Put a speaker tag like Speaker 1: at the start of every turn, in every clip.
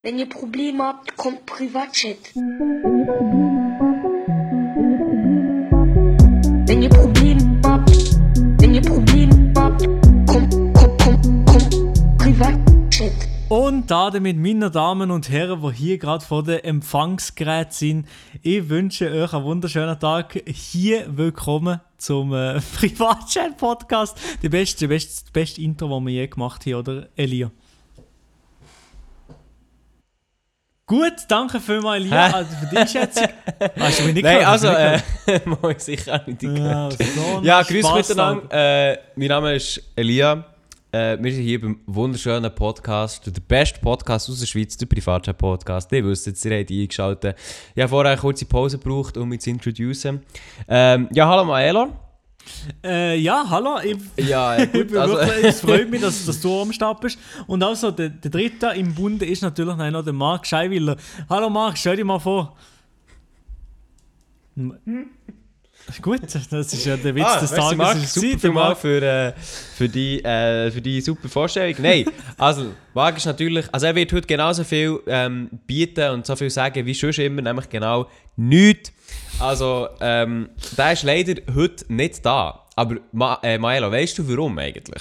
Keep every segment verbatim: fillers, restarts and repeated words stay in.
Speaker 1: Wenn ihr Probleme habt, kommt Privatchat. Wenn ihr Probleme habt, wenn ihr Probleme habt, kommt, kommt, kommt, kommt Privatchat.
Speaker 2: Und damit, meine Damen und Herren, die hier gerade vor dem Empfangsgerät sind, ich wünsche euch einen wunderschönen Tag. Hier willkommen zum äh, Privatchat-Podcast. Die beste, die beste, das beste Intro, das wir je gemacht haben, oder Elia? Gut, danke vielmals, Elia, also für die Einschätzung. Hast du mich nicht
Speaker 3: Nein,
Speaker 2: gehört?
Speaker 3: also, äh, moi, sicher nicht gehört.
Speaker 2: Ja, so
Speaker 3: Ja,
Speaker 2: ein
Speaker 3: grüß
Speaker 2: Spass,
Speaker 3: miteinander. Äh, mein Name ist Elia. Äh, wir sind hier beim wunderschönen Podcast, der beste Podcast aus der Schweiz, der Privatchat-Podcast. Ihr wisst jetzt, ihr habt eingeschaltet. Ich habe vorher eine kurze Pause gebraucht, um mich zu introducen. Ähm, ja, hallo Maelo.
Speaker 2: Äh, ja, hallo. Ich,
Speaker 3: Ja, äh,
Speaker 2: ich
Speaker 3: gut,
Speaker 2: bin
Speaker 3: also,
Speaker 2: wirklich, es freut mich, dass, dass du am Start bist. Und also, der, der dritte im Bunde ist natürlich noch der Marc Scheiwiller. Hallo Marc, stell dich mal vor. Hm? Gut, das ist ja der Witz
Speaker 3: ah,
Speaker 2: des
Speaker 3: merci,
Speaker 2: Tages.
Speaker 3: Marc,
Speaker 2: Ist
Speaker 3: super
Speaker 2: Zeit,
Speaker 3: vielmals
Speaker 2: Marc.
Speaker 3: für, äh, für, die, äh, für die super Vorstellung. Nein, also Marc ist natürlich, also er wird heute genauso viel ähm, bieten und so viel sagen wie sonst immer, nämlich genau nichts. Also, ähm, der ist leider heute nicht da. Aber Ma äh, Maelo, weißt du warum eigentlich?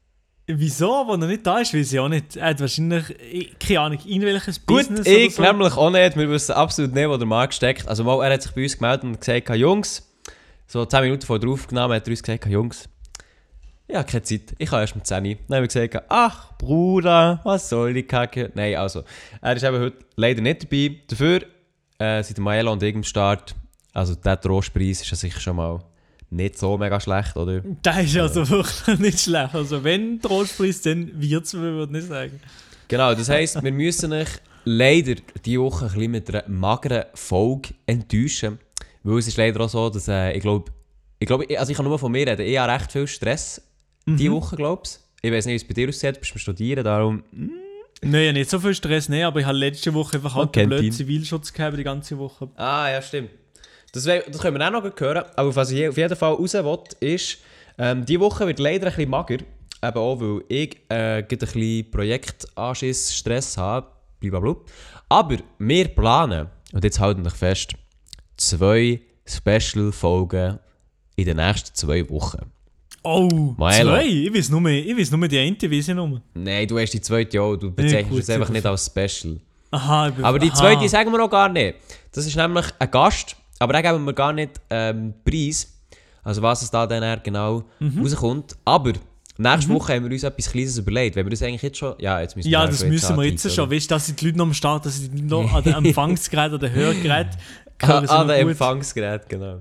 Speaker 2: Wieso, wenn er nicht da ist, weiß ich auch nicht. Er hat wahrscheinlich, ich- keine Ahnung, irgendwelches
Speaker 3: Gut,
Speaker 2: Business
Speaker 3: ich
Speaker 2: oder so.
Speaker 3: nämlich auch nicht. Wir wissen absolut nicht, wo der Marc steckt. Also mal, er hat sich bei uns gemeldet und gesagt, Jungs, so zehn Minuten vor der Aufnahme hat er uns gesagt, Jungs, ich habe keine Zeit, ich kann erst mit zehn. Dann haben wir gesagt, ach Bruder, was soll die Kacke? Nein, also, er ist eben heute leider nicht dabei. Dafür äh, sind Maelo und ich am Start. Also der Trostpreis ist ja sicher schon mal nicht so mega schlecht, oder?
Speaker 2: Das ist also wirklich nicht schlecht. Also wenn Trostpreis, dann wird es, würde ich nicht sagen.
Speaker 3: Genau, das heisst, wir müssen euch leider diese Woche ein bisschen mit einer mageren Folge enttäuschen. Weil es ist leider auch so, dass äh, ich glaube, ich glaube, also ich kann nur von mir reden, ich habe recht viel Stress diese Woche, glaube ich. Ich weiß nicht, wie es bei dir aussieht, du bist beim Studieren, darum... Mm.
Speaker 2: Nein, nicht so viel Stress, nee, aber ich habe letzte Woche einfach halt
Speaker 3: Man
Speaker 2: einen
Speaker 3: kennt
Speaker 2: blöden
Speaker 3: ihn.
Speaker 2: Zivilschutz gehabt die ganze Woche.
Speaker 3: Ah, ja, stimmt. Das, we- das können wir auch noch hören, aber was ich auf jeden Fall raus will, ist, ähm, diese Woche wird leider ein bisschen mager, eben auch, weil ich äh, gerade ein bisschen Projektanschiss, Stress habe, blablabla. Aber wir planen, und jetzt halten wir fest, zwei Special-Folgen in den nächsten zwei Wochen.
Speaker 2: Oh,
Speaker 3: Maelo.
Speaker 2: zwei? Ich weiß nur, mehr- ich weiß nur die eine, weiß ich nur.
Speaker 3: Nein, du hast die zweite auch, du bezeichnest
Speaker 2: gut,
Speaker 3: es einfach
Speaker 2: sicher.
Speaker 3: nicht als Special.
Speaker 2: Aha, ich bin,
Speaker 3: Aber die
Speaker 2: aha.
Speaker 3: zweite sagen wir noch gar nicht. Das ist nämlich ein Gast, aber den geben wir gar nicht ähm, Preis. Also was es da dann eher genau
Speaker 2: Mhm.
Speaker 3: rauskommt. Aber nächste Woche haben wir uns etwas Kleines überlegt. Wenn wir das eigentlich jetzt schon... Ja, jetzt müssen wir
Speaker 2: Ja,
Speaker 3: einfach
Speaker 2: das
Speaker 3: jetzt
Speaker 2: müssen wir jetzt
Speaker 3: antreten,
Speaker 2: schon.
Speaker 3: oder?
Speaker 2: Weißt du, dass sind die Leute noch am Start, dass sie nicht noch an den Empfangsgerät oder Hörgerät
Speaker 3: Ah,
Speaker 2: hören sie
Speaker 3: ah
Speaker 2: noch
Speaker 3: der
Speaker 2: gut.
Speaker 3: Empfangsgerät, genau.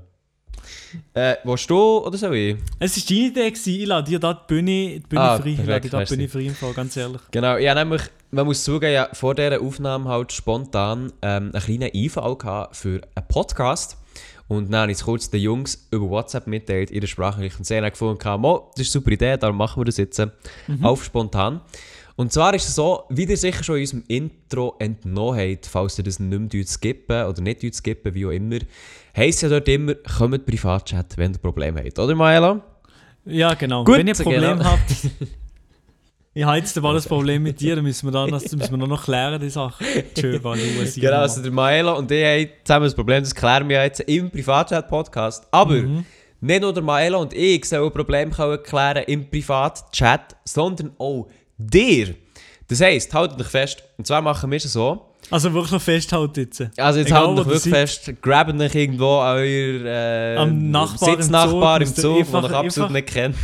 Speaker 3: Äh, willst du oder soll ich?
Speaker 2: Es war deine Idee, gewesen. Ich lade dir da die Bühne, die Bühne
Speaker 3: Ah,
Speaker 2: frei. Ich
Speaker 3: perfekt,
Speaker 2: lade dir da die
Speaker 3: merci.
Speaker 2: Bühne frei, im Fall, ganz ehrlich.
Speaker 3: Genau, ja, nämlich, man muss zugeben, ja, vor dieser Aufnahme halt spontan ähm, einen kleinen Einfall gehabt für einen Podcast. Und dann habe ich es kurz den Jungs über WhatsApp mitteilt, ihre sprachlichen Szene gefunden, Mo, das ist eine super Idee, darum machen wir das jetzt
Speaker 2: Mhm.
Speaker 3: auf spontan. Und zwar ist es so, wie ihr sicher schon in unserem Intro entnommen habt, falls ihr das nicht mehr skippen oder nicht skippen, wie auch immer, heisst ja dort immer, kommt Privatchat, wenn ihr Probleme habt, oder Maelo?
Speaker 2: Ja, genau.
Speaker 3: Gut,
Speaker 2: Wenn ihr Probleme
Speaker 3: genau.
Speaker 2: habt, ich habe jetzt aber das Problem mit dir, dann müssen wir, dann, das müssen wir noch klären, die Sache. Tschö, war nur sie.
Speaker 3: Genau, also der Maelo und ich haben zusammen das Problem, das klären wir jetzt im Privatchat-Podcast. Aber nicht nur der Maelo und ich sollen Probleme können klären im Privatchat, sondern auch dir. Das heisst, haltet euch fest, und zwar machen wir es so.
Speaker 2: Also wirklich noch festhalten jetzt.
Speaker 3: Also jetzt
Speaker 2: Egal,
Speaker 3: haltet
Speaker 2: wo
Speaker 3: euch
Speaker 2: du
Speaker 3: wirklich
Speaker 2: seid.
Speaker 3: fest, graben euch irgendwo an euer äh,
Speaker 2: Am Nachbar im
Speaker 3: Sitznachbar im
Speaker 2: Zug,
Speaker 3: Zug,
Speaker 2: müsst ihr
Speaker 3: den ihr
Speaker 2: einfach-
Speaker 3: absolut
Speaker 2: einfach-
Speaker 3: nicht kennt.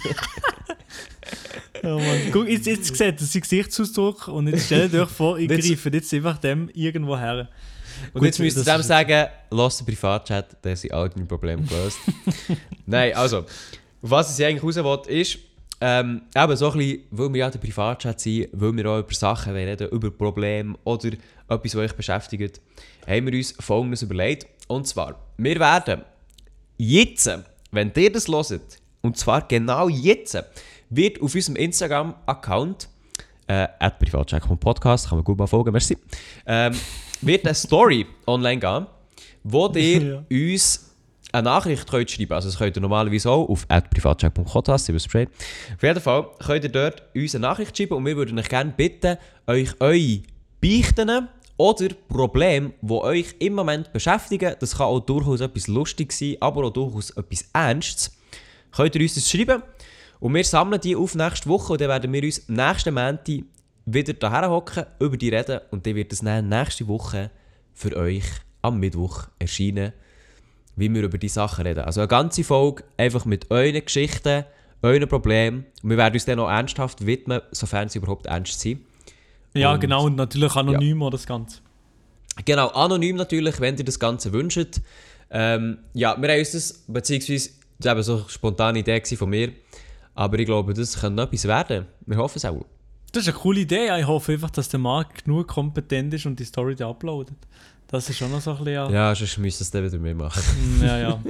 Speaker 2: Oh Mann. Guck, jetzt, jetzt seht ihr seinen Gesichtsausdruck und jetzt stellt euch vor, ich
Speaker 3: Jetzt-
Speaker 2: greife jetzt einfach dem irgendwo her.
Speaker 3: Und
Speaker 2: Gut,
Speaker 3: jetzt müsst ihr
Speaker 2: das
Speaker 3: zusammen
Speaker 2: ist-
Speaker 3: sagen, lasst den Privatchat, dann sind all deine Probleme gelöst. Nein, also, auf was ich eigentlich raus will, ist, ähm, eben so ein bisschen, weil wir ja der Privatchat sind, weil wir auch über Sachen reden, über Probleme oder etwas, was euch beschäftigt, haben wir uns Folgendes überlegt. Und zwar, wir werden jetzt, wenn ihr das hört, und zwar genau jetzt, wird auf unserem Instagram-Account äh, at privatcheck.podcast, kann man gut mal folgen, merci, ähm, wird eine Story online gehen, wo ihr uns eine Nachricht könnt schreiben. Also das könnt ihr normalerweise auch auf at privatcheck.podcast, ihr wisst Bescheid. Auf jeden Fall könnt ihr dort uns eine Nachricht schreiben und wir würden euch gerne bitten, euch eure Beichten oder Probleme, die euch im Moment beschäftigen, das kann auch durchaus etwas Lustiges sein, aber auch durchaus etwas Ernstes, könnt ihr uns das schreiben. Und wir sammeln die auf nächste Woche und dann werden wir uns nächsten Montag wieder daher hocken, über die reden und dann wird es dann nächste Woche für euch am Mittwoch erscheinen, wie wir über die Sachen reden. Also eine ganze Folge einfach mit euren Geschichten, euren Problemen. Und wir werden uns dann auch ernsthaft widmen, sofern sie überhaupt ernst sind.
Speaker 2: Ja,
Speaker 3: und,
Speaker 2: genau, und natürlich anonym ja. Das Ganze.
Speaker 3: Genau, anonym natürlich, wenn ihr das Ganze wünscht. Ähm, ja, wir haben uns das, beziehungsweise, das war eben so eine spontane Idee von mir, aber ich glaube, das könnte noch etwas werden. Wir hoffen es auch.
Speaker 2: Das ist eine coole Idee. Ich hoffe einfach, dass der Marc genug kompetent ist und die Story da uploadet. Das ist schon noch so ein bisschen... Ja,
Speaker 3: ja sonst müssen es dann wieder mehr machen.
Speaker 2: Ja, ja.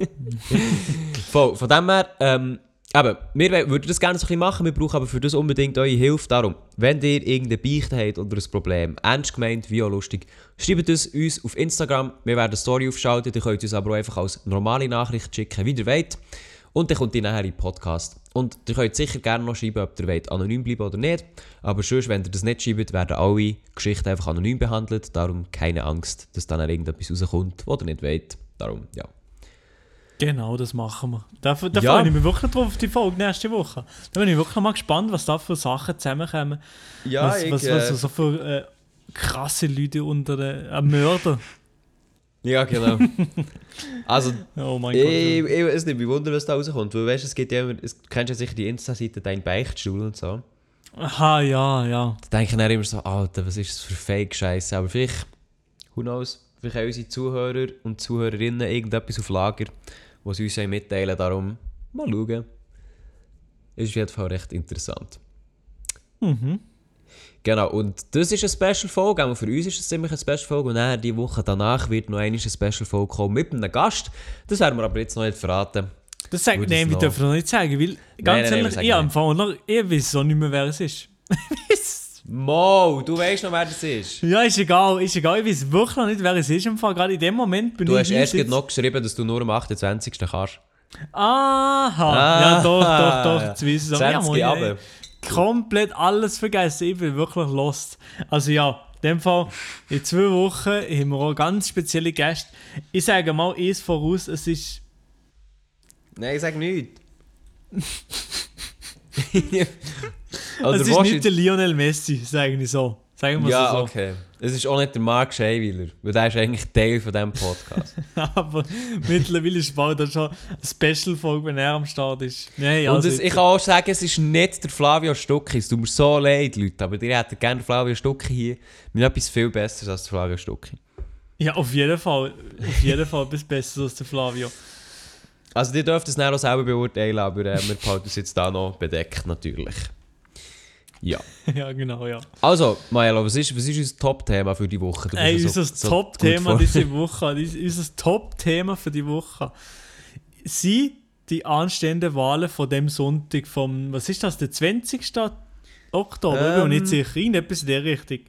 Speaker 3: Von, von dem her, ähm, eben, wir würden das gerne so ein bisschen machen, wir brauchen aber für das unbedingt eure Hilfe. Darum, wenn ihr irgendeine Beichte habt oder ein Problem, ernst gemeint, wie auch lustig, schreibt es uns auf Instagram. Wir werden eine Story aufschalten, ihr könnt uns aber auch einfach als normale Nachricht schicken, wie ihr wollt. Und dann kommt ihr nachher in den Podcast. Und ihr könnt sicher gerne noch schreiben, ob ihr wollt, anonym bleiben oder nicht. Aber sonst, wenn ihr das nicht schreibt, werden alle Geschichten einfach anonym behandelt. Darum keine Angst, dass dann irgendetwas rauskommt, was ihr nicht wollt. Darum, ja.
Speaker 2: Genau, das machen wir. Da, da
Speaker 3: Ja.
Speaker 2: freue ich mich wirklich drauf auf die Folge nächste Woche. Da bin ich wirklich mal gespannt, was da für Sachen zusammenkommen.
Speaker 3: Ja,
Speaker 2: was,
Speaker 3: ich,
Speaker 2: was, was, was so für äh, krasse Leute unter den äh, Mörder.
Speaker 3: Ja, genau. Also,
Speaker 2: Oh mein
Speaker 3: ich,
Speaker 2: Gott.
Speaker 3: ich, ich weiß nicht, wie wunder, was da rauskommt. Weil, weißt, es gibt ja immer, es, du kennst ja sicher die Insta-Seite «Dein Beichtstuhl» und so.
Speaker 2: Aha, ja, ja.
Speaker 3: Da denke ich dann immer so, Alter, was ist das für Fake-Scheiße? Aber vielleicht, who knows, vielleicht haben unsere Zuhörer und Zuhörerinnen irgendetwas auf Lager, was sie uns mitteilen. Darum, mal schauen. Ist auf jeden Fall recht interessant.
Speaker 2: Mhm.
Speaker 3: Genau, und das ist eine Special-Folge, auch für uns ist es ziemlich eine Special-Folge und dann die Woche danach wird noch eine Special-Folge kommen mit einem Gast. Das werden wir aber jetzt noch nicht verraten.
Speaker 2: Das sagt,
Speaker 3: Würde
Speaker 2: nein,
Speaker 3: es
Speaker 2: wir
Speaker 3: noch-
Speaker 2: dürfen noch nicht sagen, weil ganz
Speaker 3: nein, nein, wir
Speaker 2: ehrlich,
Speaker 3: sagen
Speaker 2: ich, am
Speaker 3: nicht.
Speaker 2: Anfang noch, ich weiß auch nicht mehr, wer es ist.
Speaker 3: Mo, du weißt noch, wer das ist.
Speaker 2: Ja, ist egal, ist egal, ich weiß wirklich noch nicht, wer es ist. Im Fall. Gerade in dem Moment bin
Speaker 3: Du
Speaker 2: ich
Speaker 3: hast erst
Speaker 2: hier
Speaker 3: gerade noch geschrieben, dass du nur am achtundzwanzigsten kannst.
Speaker 2: Aha,
Speaker 3: Ah,
Speaker 2: ja doch, doch, doch, jetzt weiß ich es. Aber ja,
Speaker 3: zwanzig
Speaker 2: Mann,
Speaker 3: runter.
Speaker 2: komplett alles vergessen, ich bin wirklich lost. Also ja, in dem Fall, in zwei Wochen haben wir auch ganz spezielle Gäste. Ich sage mal eins voraus, es ist...
Speaker 3: Nein, ich sag nichts.
Speaker 2: es ist nicht der Lionel Messi, sage ich so. Sagen wir
Speaker 3: Ja,
Speaker 2: so.
Speaker 3: okay. Es ist auch nicht der Marc Scheiweiler, weil der ist eigentlich Teil von diesem Podcast.
Speaker 2: Aber mittlerweile ist bald dann schon eine Special-Folge, wenn er am Start ist. Nein,
Speaker 3: Und
Speaker 2: also
Speaker 3: es, ich kann auch sagen, es ist nicht der Flavio Stucki. Es tut mir so leid, Leute, aber ihr hättet gerne Flavio Stucki hier. Wir haben etwas viel Besseres als der Flavio Stucki.
Speaker 2: ja, auf jeden Fall. Auf jeden Fall etwas Besseres als der Flavio.
Speaker 3: Also ihr dürft es dann auch selber beurteilen, aber äh, wir behalten es jetzt da noch bedeckt, natürlich. Ja.
Speaker 2: ja, genau, ja.
Speaker 3: Also, Maelo, was ist, was ist unser Top-Thema für die Woche? Du
Speaker 2: Ey,
Speaker 3: bist ja
Speaker 2: unser
Speaker 3: so- so
Speaker 2: Top-Thema
Speaker 3: gut
Speaker 2: diese Woche, dies- unser Top-Thema für die Woche sind die anstehenden Wahlen von dem Sonntag vom, was ist das, der zwanzigsten Oktober? Ich bin mir
Speaker 3: Ähm.
Speaker 2: nicht sicher, irgendetwas in der Richtung.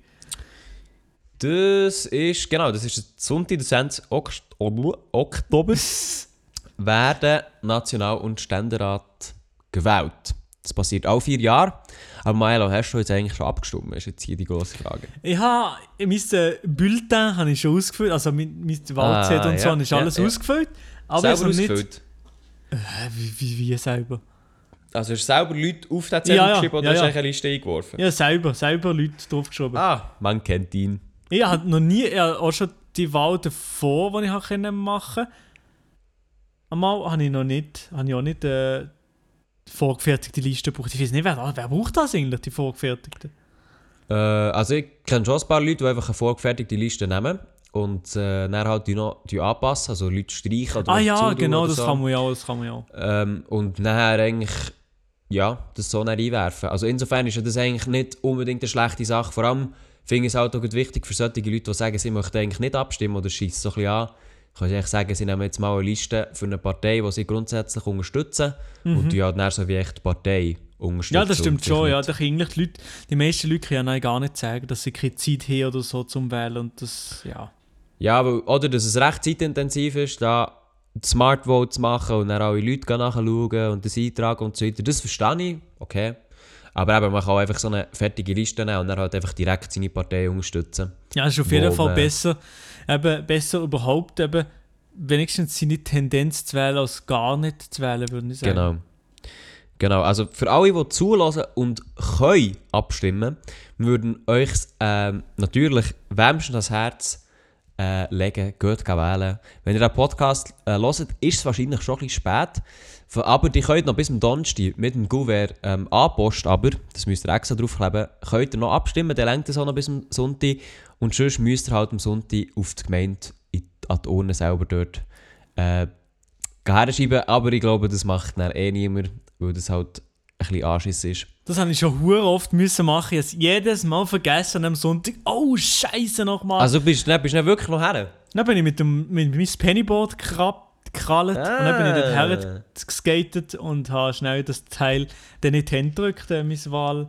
Speaker 3: Das ist, genau, das ist der Sonntag, der zwanzigste Oktober, werden National- und Ständerat gewählt. Das passiert alle vier Jahre. Aber Maelo, hast du jetzt eigentlich schon abgestimmt? Ist jetzt hier die grosse Frage.
Speaker 2: Ich habe mein äh, Bulletin habe ich schon ausgefüllt, also mein, mein Wahlzettel
Speaker 3: Ah,
Speaker 2: und so
Speaker 3: ja,
Speaker 2: habe ich
Speaker 3: ja,
Speaker 2: alles
Speaker 3: ja.
Speaker 2: ausgefüllt. Aber ich
Speaker 3: Selber
Speaker 2: habe nicht...
Speaker 3: ausgefüllt?
Speaker 2: Äh, wie, wie, wie selber?
Speaker 3: Also hast du selber Leute auf den Zettel
Speaker 2: Ja, ja,
Speaker 3: geschrieben oder
Speaker 2: ja,
Speaker 3: hast du
Speaker 2: ja.
Speaker 3: eigentlich eine Liste eingeworfen?
Speaker 2: Ja, selber, selber Leute draufgeschrieben.
Speaker 3: Ah, man kennt ihn.
Speaker 2: Ich habe noch nie, ich habe auch schon die Wahl davor, die ich können machen konnte. Einmal habe ich noch nicht, habe ich auch nicht äh, vorgefertigte Liste gebraucht. Ich weiß nicht, wer, wer braucht das eigentlich, die vorgefertigte?
Speaker 3: Äh, also ich kenne schon ein paar Leute, die einfach eine vorgefertigte Liste nehmen und äh, dann halt die noch die anpassen, also Leute streichen oder
Speaker 2: Ah
Speaker 3: was
Speaker 2: ja,
Speaker 3: zutun
Speaker 2: genau,
Speaker 3: oder
Speaker 2: das
Speaker 3: so.
Speaker 2: kann man ja auch, das kann man ja auch.
Speaker 3: Ähm, und nachher eigentlich, ja, das so dann einwerfen. Also insofern ist ja das eigentlich nicht unbedingt eine schlechte Sache. Vor allem finde ich es halt auch gut wichtig für solche Leute, die sagen, sie möchten eigentlich nicht abstimmen oder schießen so ein bisschen an. Kann ich eigentlich sagen, sie nehmen jetzt mal eine Liste für eine Partei, die sie grundsätzlich unterstützen und die halt dann so wie echt die Partei unterstützen.
Speaker 2: Ja, das stimmt
Speaker 3: und
Speaker 2: schon,
Speaker 3: sich
Speaker 2: ja.
Speaker 3: nicht-
Speaker 2: Da können eigentlich die, Leute, die meisten Leute können ja gar nicht sagen, dass sie keine Zeit haben oder so zum Wählen und das, ja.
Speaker 3: Ja, weil, oder dass es recht zeitintensiv ist, da Smart Vote zu machen und dann alle Leute nachschauen und das eintragen und so weiter. Das verstehe ich, okay. Aber eben, man kann auch einfach so eine fertige Liste nehmen und dann halt einfach direkt seine Partei unterstützen.
Speaker 2: Ja, ist auf jeden
Speaker 3: Wo
Speaker 2: Fall
Speaker 3: man-
Speaker 2: besser, eben, besser überhaupt eben, wenigstens seine Tendenz zu wählen, als gar nicht zu wählen, würde ich sagen.
Speaker 3: Genau. Genau, also für alle, die zulassen und können abstimmen, würden euch ähm, natürlich wärmstens das Herz äh, legen, geht wählen. Wenn ihr den Podcast äh, hört, ist es wahrscheinlich schon ein bisschen spät, F- aber die könnt noch bis zum Donnerstag mit dem Gouverneur ähm, anposten, aber, das müsst ihr extra draufkleben, könnt ihr noch abstimmen, dann lenkt es auch noch bis zum Sonntag und sonst müsst ihr halt am Sonntag auf die Gemeinde in, an die Urne selber dort äh, herschreiben, aber ich glaube, das macht dann eh niemand, weil das halt ein bisschen Anschiss ist.
Speaker 2: Das habe ich schon hure oft müssen machen. Ich habe es jedes Mal vergessen am Sonntag. Oh, Scheiße nochmal.
Speaker 3: Also bist du nicht, bist du nicht wirklich noch her?
Speaker 2: Dann bin ich mit dem mit meinem Pennyboard gekrallt und dann bin ich dort her geskatet und habe schnell das Teil dann in die Hände gedrückt, äh, mein Wahl...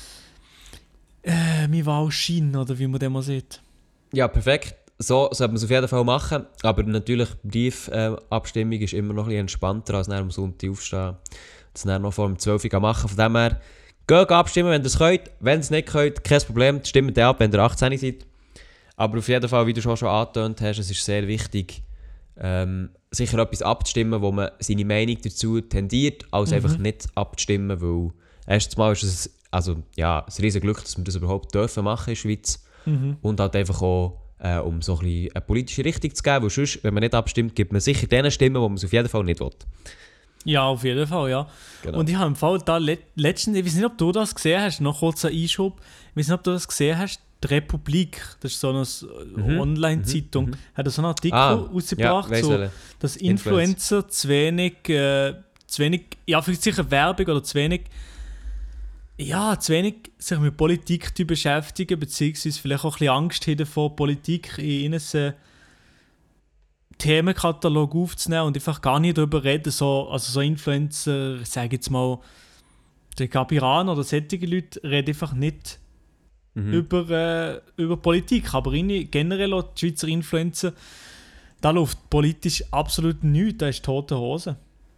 Speaker 2: Äh, mein Wahlschein, oder wie man den mal sieht.
Speaker 3: Ja, perfekt. So sollte man es auf jeden Fall machen. Aber natürlich, Briefabstimmung äh, ist immer noch ein bisschen entspannter, als dann am Sonntag aufstehen. Das dann noch vor dem zwölf Uhr machen. Von dem her, geht abstimmen, wenn ihr es könnt. Wenn ihr es nicht könnt, kein Problem. Stimmt ab, wenn ihr achtzehn seid. Aber auf jeden Fall, wie du schon, schon angetönt hast, es ist sehr wichtig, ähm, sicher etwas abzustimmen, wo man seine Meinung dazu tendiert, als
Speaker 2: Mhm.
Speaker 3: einfach nicht abzustimmen, weil erstens mal ist es also, ja, ein riesiges Glück, dass wir das überhaupt dürfen machen in der Schweiz.
Speaker 2: Mhm.
Speaker 3: Und halt einfach auch, äh, um so ein bisschen eine politische Richtung zu geben, weil sonst, wenn man nicht abstimmt, gibt man sicher den Stimmen, die man es auf jeden Fall nicht will.
Speaker 2: Ja, auf jeden Fall, ja.
Speaker 3: Genau.
Speaker 2: Und ich habe im Fall da le letztens, ich weiß nicht, ob du das gesehen hast, noch kurz ein Einschub, ich weiß nicht, ob du das gesehen hast, die Republik, das ist so eine
Speaker 3: Mhm.
Speaker 2: Online-Zeitung,
Speaker 3: Mhm.
Speaker 2: hat so einen Artikel
Speaker 3: Ah,
Speaker 2: rausgebracht,
Speaker 3: ja, weiss
Speaker 2: so,
Speaker 3: welchen.
Speaker 2: dass Influencer zu wenig, äh, zu wenig, ja, vielleicht sicher Werbung oder zu wenig, ja, zu wenig sich mit Politik zu beschäftigen, beziehungsweise vielleicht auch ein bisschen Angst haben davor, Politik in ihren Themenkatalog aufzunehmen und einfach gar nicht darüber reden. So, also so Influencer, ich sage jetzt mal, der Gabiran oder solche Leute reden einfach nicht
Speaker 3: Mhm.
Speaker 2: über, äh, über Politik. Aber in, generell auch die Schweizer Influencer, da läuft politisch absolut nichts, da ist tote Hose.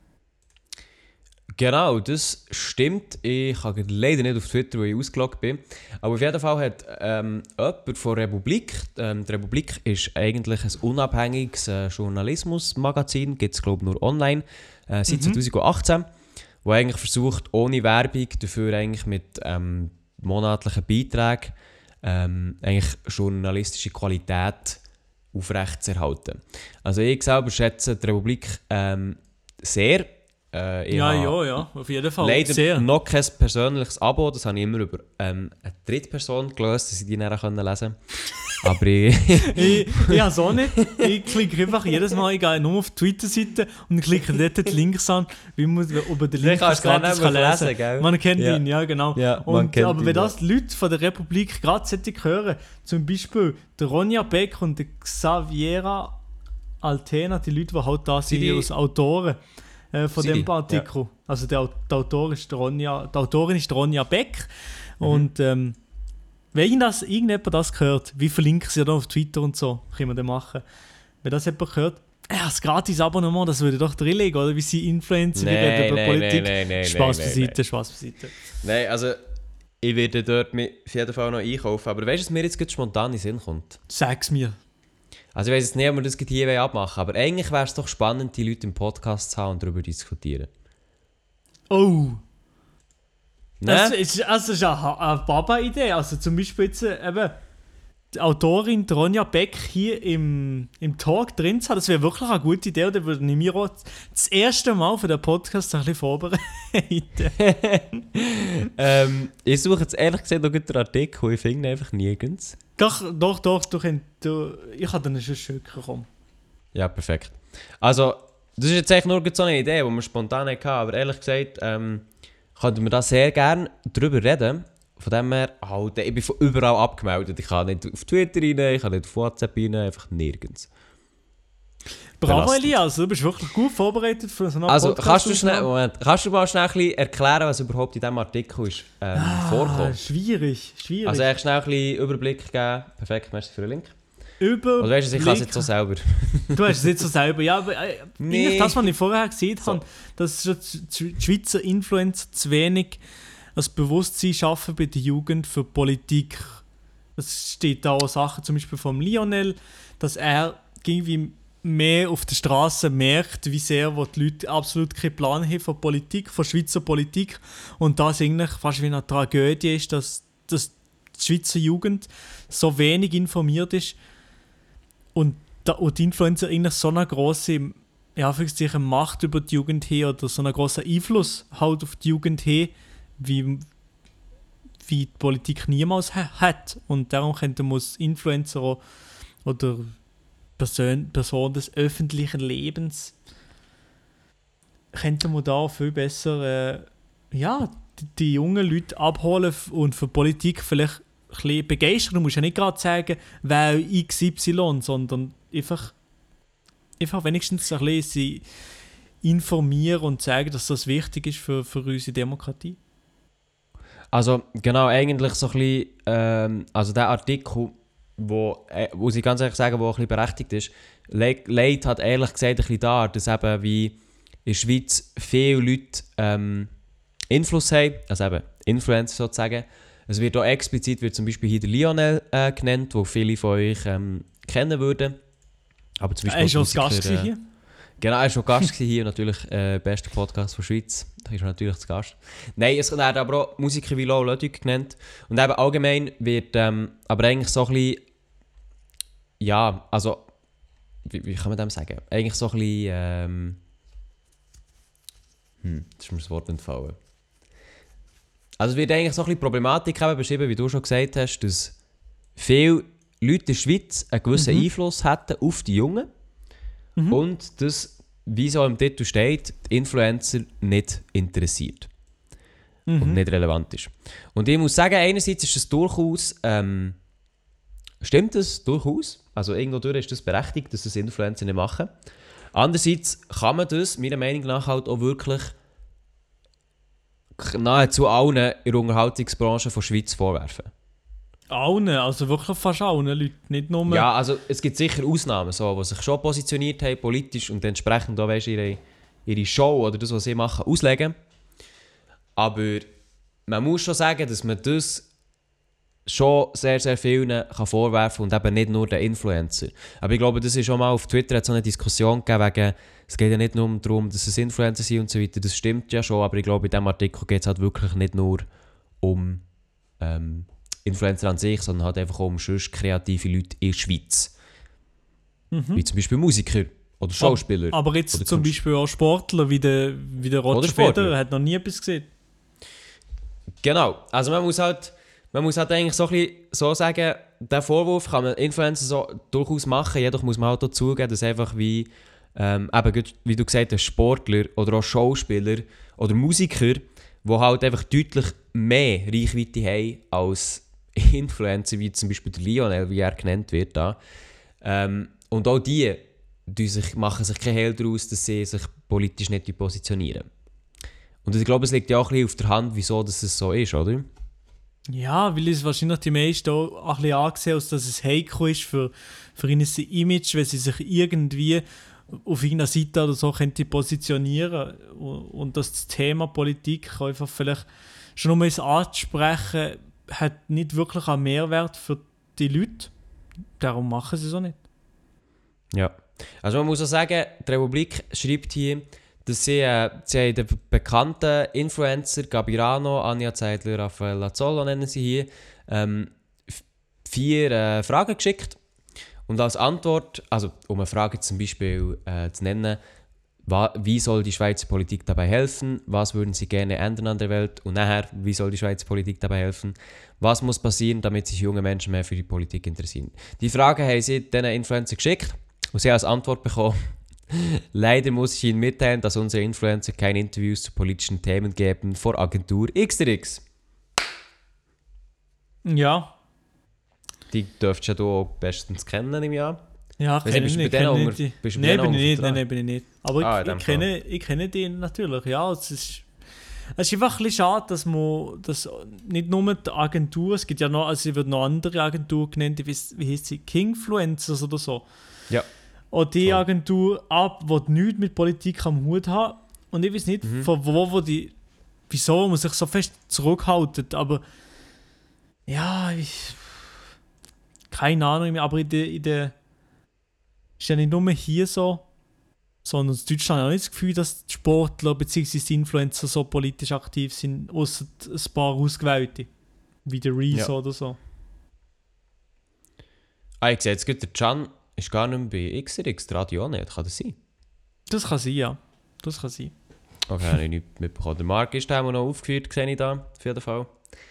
Speaker 3: Genau, das stimmt. Ich kann leider nicht auf Twitter, weil ich ausgeloggt bin. Aber auf jeden Fall hat ähm, jemand von Republik, ähm, die Republik ist eigentlich ein unabhängiges äh, Journalismusmagazin, gibt es glaube ich nur online, äh, seit
Speaker 2: Mhm.
Speaker 3: zwanzig achtzehn, wo eigentlich versucht, ohne Werbung, dafür eigentlich mit ähm, monatlichen Beiträgen ähm, eigentlich journalistische Qualität aufrechtzuerhalten. Also ich selber schätze die Republik ähm, sehr. Äh, ich
Speaker 2: Ja,
Speaker 3: habe
Speaker 2: ja, ja, auf jeden Fall.
Speaker 3: leider
Speaker 2: Sehr.
Speaker 3: noch kein persönliches Abo, das habe ich immer über ähm, eine Drittperson gelöst, dass ich die nachher lesen konnte. Aber ich...
Speaker 2: ich ich habe es auch nicht. Ich klicke einfach jedes Mal, ich gehe nur auf die Twitter-Seite und klicke dort die Links an, wie man über den Link
Speaker 3: kannst
Speaker 2: das
Speaker 3: du gar
Speaker 2: gratis
Speaker 3: nicht mehr
Speaker 2: kann lesen
Speaker 3: lesen, gell?
Speaker 2: Man kennt
Speaker 3: Ja.
Speaker 2: ihn, ja genau.
Speaker 3: Ja, man
Speaker 2: und,
Speaker 3: kennt
Speaker 2: aber
Speaker 3: ihn,
Speaker 2: wenn
Speaker 3: ja.
Speaker 2: das die Leute von der Republik gerade sollte hören, zum Beispiel der Ronja Beck und der Xaviera Altena, die Leute, die halt da sind,
Speaker 3: die-
Speaker 2: als Autoren äh, von
Speaker 3: Sind
Speaker 2: dem
Speaker 3: die?
Speaker 2: Artikel. Also der, Au- der Autor ist der Ronja, die Autorin ist die Ronja Beck.
Speaker 3: Mhm.
Speaker 2: Und ähm, wenn das, irgendjemand das gehört, wie verlinken sie ja da auf Twitter und so, können wir dann machen. Wenn das jemand hört, ja, das Gratis-Abonnement, das würde doch drin liegen, oder? Wie sie Influencer, wie
Speaker 3: Nein,
Speaker 2: reden über
Speaker 3: nein,
Speaker 2: Politik.
Speaker 3: nein, nein, nein,
Speaker 2: Spaß
Speaker 3: nein,
Speaker 2: beiseite,
Speaker 3: nein.
Speaker 2: Spaß beiseite.
Speaker 3: Nein, also ich werde dort mit auf jeden Fall noch einkaufen. Aber weißt du, was mir jetzt gerade spontan in den Sinn kommt?
Speaker 2: Sag's mir.
Speaker 3: Also ich weiss jetzt nicht, ob wir das gerade hier abmachen wollen, aber eigentlich wäre es doch spannend, die Leute im Podcast zu haben und darüber diskutieren.
Speaker 2: Oh, das
Speaker 3: Ne?
Speaker 2: ist, also das ist eine, eine Baba-Idee. Also zum Beispiel jetzt äh, eben die Autorin die Ronja Beck hier im, im Talk drin zu haben, das wäre wirklich eine gute Idee. Und dann würde ich mir auch das erste Mal für den Podcast ein bisschen vorbereiten.
Speaker 3: ähm, ich suche jetzt ehrlich gesagt noch den Artikel, ich finde ihn einfach nirgends.
Speaker 2: Doch, doch, doch, du könnt, du, ich kann dann schon schicken kommen.
Speaker 3: Ja, perfekt. Also, das ist jetzt echt nur so eine Idee, die wir spontan hatten, aber ehrlich gesagt, ähm, könnten wir da sehr gerne drüber reden. Von dem her, halt, ich bin von überall abgemeldet. Ich kann nicht auf Twitter rein, ich kann nicht auf WhatsApp rein, einfach nirgends.
Speaker 2: Bravo
Speaker 3: Belastet.
Speaker 2: Elias, du bist wirklich gut vorbereitet für so einen
Speaker 3: Also,
Speaker 2: Podcast.
Speaker 3: kannst du, schnell, Moment, kannst du mal schnell ein bisschen erklären, was überhaupt in diesem Artikel ist, ähm,
Speaker 2: Ah,
Speaker 3: vorkommt?
Speaker 2: schwierig, schwierig.
Speaker 3: Also, echt schnell ein bisschen Überblick geben. Perfekt, merci für den Link.
Speaker 2: Über
Speaker 3: Oder weißt du, ich kann es jetzt so selber.
Speaker 2: Du hast es nicht so selber. Ja, aber äh,
Speaker 3: Nee.
Speaker 2: eigentlich das, was ich vorher gesehen
Speaker 3: So.
Speaker 2: habe, dass schon die die Schweizer Influencer zu wenig ein Bewusstsein schaffen bei der Jugend für Politik. Es steht da auch Sachen, zum Beispiel vom Lionel, dass er irgendwie mehr auf der Straße merkt, wie sehr wo die Leute absolut keinen Plan haben von Politik, von Schweizer Politik. Und das eigentlich fast wie eine Tragödie ist, dass, dass die Schweizer Jugend so wenig informiert ist und, da, und die Influencer eigentlich so eine grosse, ja, Macht über die Jugend haben oder so einen grossen Einfluss halt auf die Jugend haben, wie, wie die Politik niemals ha- hat. Und darum könnte man als Influencer auch, oder Person, Person des öffentlichen Lebens, könnte man da viel besser äh, ja, die, die jungen Leute abholen und für Politik vielleicht ein bisschen begeistern. Du musst ja nicht gerade sagen, wer X Y, sondern einfach, einfach wenigstens ein bisschen sie informieren und zeigen, dass das wichtig ist für, für unsere Demokratie.
Speaker 3: Also genau, eigentlich so ein bisschen, ähm, also der Artikel, wo, äh, muss ich ganz ehrlich sagen, wo ein bisschen berechtigt ist, le- legt hat ehrlich gesagt ein bisschen dar, dass eben wie in der Schweiz viele Leute ähm, Einfluss haben, also eben Influencer sozusagen. Es wird auch explizit, wird zum Beispiel hier der Lionel äh, genannt, wo viele von euch ähm, kennen würden. Aber zum Beispiel
Speaker 2: Er ist schon Gast
Speaker 3: äh,
Speaker 2: hier.
Speaker 3: Genau, er war schon Gast hier, natürlich äh, bester Podcast der Schweiz. Da ist er natürlich zu Gast. Nein, es werden aber auch Musiker wie Lo Ludwig genannt. Und eben allgemein wird ähm, aber eigentlich so ein bisschen, ja, also, wie, wie kann man das sagen? Eigentlich so ein bisschen, ähm, hm, das ist mir das Wort entfallen. Also es wird eigentlich so ein bisschen Problematik eben beschrieben, wie du schon gesagt hast, dass viele Leute in der Schweiz einen gewissen
Speaker 2: Mhm.
Speaker 3: Einfluss hätten auf die Jungen.
Speaker 2: Mhm.
Speaker 3: Und das, wie so im Titel steht, die Influencer nicht interessiert
Speaker 2: Mhm.
Speaker 3: und nicht relevant ist. Und ich muss sagen, einerseits ist das durchaus, ähm, stimmt das durchaus, also irgendwo durch ist das berechtigt, dass das Influencer nicht machen. Andererseits kann man das meiner Meinung nach halt auch wirklich nahezu allen in der Unterhaltungsbranche von der Schweiz vorwerfen.
Speaker 2: Allen, also wirklich fast allen Leuten, nicht nur...
Speaker 3: Ja, also es gibt sicher Ausnahmen, so, die sich schon positioniert haben politisch und entsprechend auch weißt, ihre, ihre Show oder das, was sie machen, auslegen. Aber man muss schon sagen, dass man das schon sehr, sehr vielen kann vorwerfen und eben nicht nur den Influencer. Aber ich glaube, das ist schon mal auf Twitter hat so eine Diskussion gegeben, wegen, es geht ja nicht nur darum, dass es Influencer sind und so weiter, das stimmt ja schon, aber ich glaube, in diesem Artikel geht es halt wirklich nicht nur um ähm, Influencer an sich, sondern halt einfach auch um sonst kreative Leute in der Schweiz.
Speaker 2: Mhm.
Speaker 3: Wie zum Beispiel Musiker oder Schauspieler.
Speaker 2: Aber jetzt
Speaker 3: Oder
Speaker 2: zum
Speaker 3: Kunst.
Speaker 2: Beispiel auch Sportler wie der, wie der Roger
Speaker 3: Oder Sportler.
Speaker 2: Federer, hat noch nie etwas gesehen.
Speaker 3: Genau, also man muss halt, man muss halt eigentlich so, ein bisschen so sagen, den Vorwurf kann man Influencer so durchaus machen, jedoch muss man halt auch zugeben, dass einfach wie, ähm, eben, wie du gesagt hast, Sportler oder auch Schauspieler oder Musiker, die halt einfach deutlich mehr Reichweite haben als Influencer, wie zum Beispiel der Lionel, wie er genannt wird. Da. Ähm, und auch die, die sich, machen sich kein Hehl daraus, dass sie sich politisch nicht positionieren. Und ich glaube, es liegt ja auch ein bisschen auf der Hand, wieso dass es so ist, oder?
Speaker 2: Ja, weil es wahrscheinlich die meisten auch ein bisschen angesehen, als dass es heikel ist für, für ihnen sein Image, wenn sie sich irgendwie auf irgendeiner Seite oder so könnte positionieren und, und dass das Thema Politik einfach vielleicht schon um es anzusprechen, hat nicht wirklich einen Mehrwert für die Leute. Darum machen sie es auch nicht.
Speaker 3: Ja. Also man muss auch sagen, die Republik schreibt hier, dass sie, äh, sie haben den bekannten Influencer Gabirano, Anja Zeidler, Raphael Lazzolo nennen sie hier, ähm, f- vier äh, Fragen geschickt. Und als Antwort, also um eine Frage zum Beispiel äh, zu nennen, wa- wie soll die Schweizer Politik dabei helfen, was würden sie gerne ändern an der Welt und nachher, wie soll die Schweizer Politik dabei helfen, was muss passieren, damit sich junge Menschen mehr für die Politik interessieren. Die Frage haben sie diesen Influencer geschickt und sie haben als Antwort bekommen, leider muss ich Ihnen mitteilen, dass unsere Influencer keine Interviews zu politischen Themen geben vor Agentur X R X.
Speaker 2: Ja.
Speaker 3: Die dürftest ja du auch bestens kennen im Jahr.
Speaker 2: Ja,
Speaker 3: Weißt du,
Speaker 2: kenne
Speaker 3: bist
Speaker 2: ich
Speaker 3: du
Speaker 2: nicht.
Speaker 3: bei denen
Speaker 2: Kenne
Speaker 3: unter-
Speaker 2: die.
Speaker 3: bist du bei
Speaker 2: Nein,
Speaker 3: denen
Speaker 2: bin ich
Speaker 3: unter
Speaker 2: nicht. Nein,
Speaker 3: Vertrag?
Speaker 2: nein, bin ich nicht. Aber
Speaker 3: Ah, in
Speaker 2: ich,
Speaker 3: dem
Speaker 2: ich, kenne, ich kenne die natürlich. Ja, es ist, es ist einfach ein bisschen schade, dass man dass nicht nur die Agentur, es gibt ja noch, also es wird noch andere Agentur genannt, die, weiss- wie heißt sie, Kingfluencers oder so.
Speaker 3: Ja.
Speaker 2: Auch die
Speaker 3: Voll.
Speaker 2: Agentur ab, die nichts mit Politik am Hut hat. Und ich weiß nicht,
Speaker 3: Mhm.
Speaker 2: von wo, wo die, wieso man sich so fest zurückhalten, aber ja, ich, keine Ahnung, aber in der, in der ist ja nicht nur hier so, sondern in Deutschland habe ich auch nicht das Gefühl, dass die Sportler bzw. die Influencer so politisch aktiv sind, außer ein paar Ausgewählte, wie der Reese
Speaker 3: Ja.
Speaker 2: oder so.
Speaker 3: Ah, ich sehe jetzt gut, der Can ist gar nicht mehr bei X R X, der Radio auch nicht, kann das sein?
Speaker 2: Das kann sein, ja. Das kann sein.
Speaker 3: Okay, habe ich nicht mitbekommen. Der Marc ist da noch aufgeführt, sehe ich da, auf jeden Fall.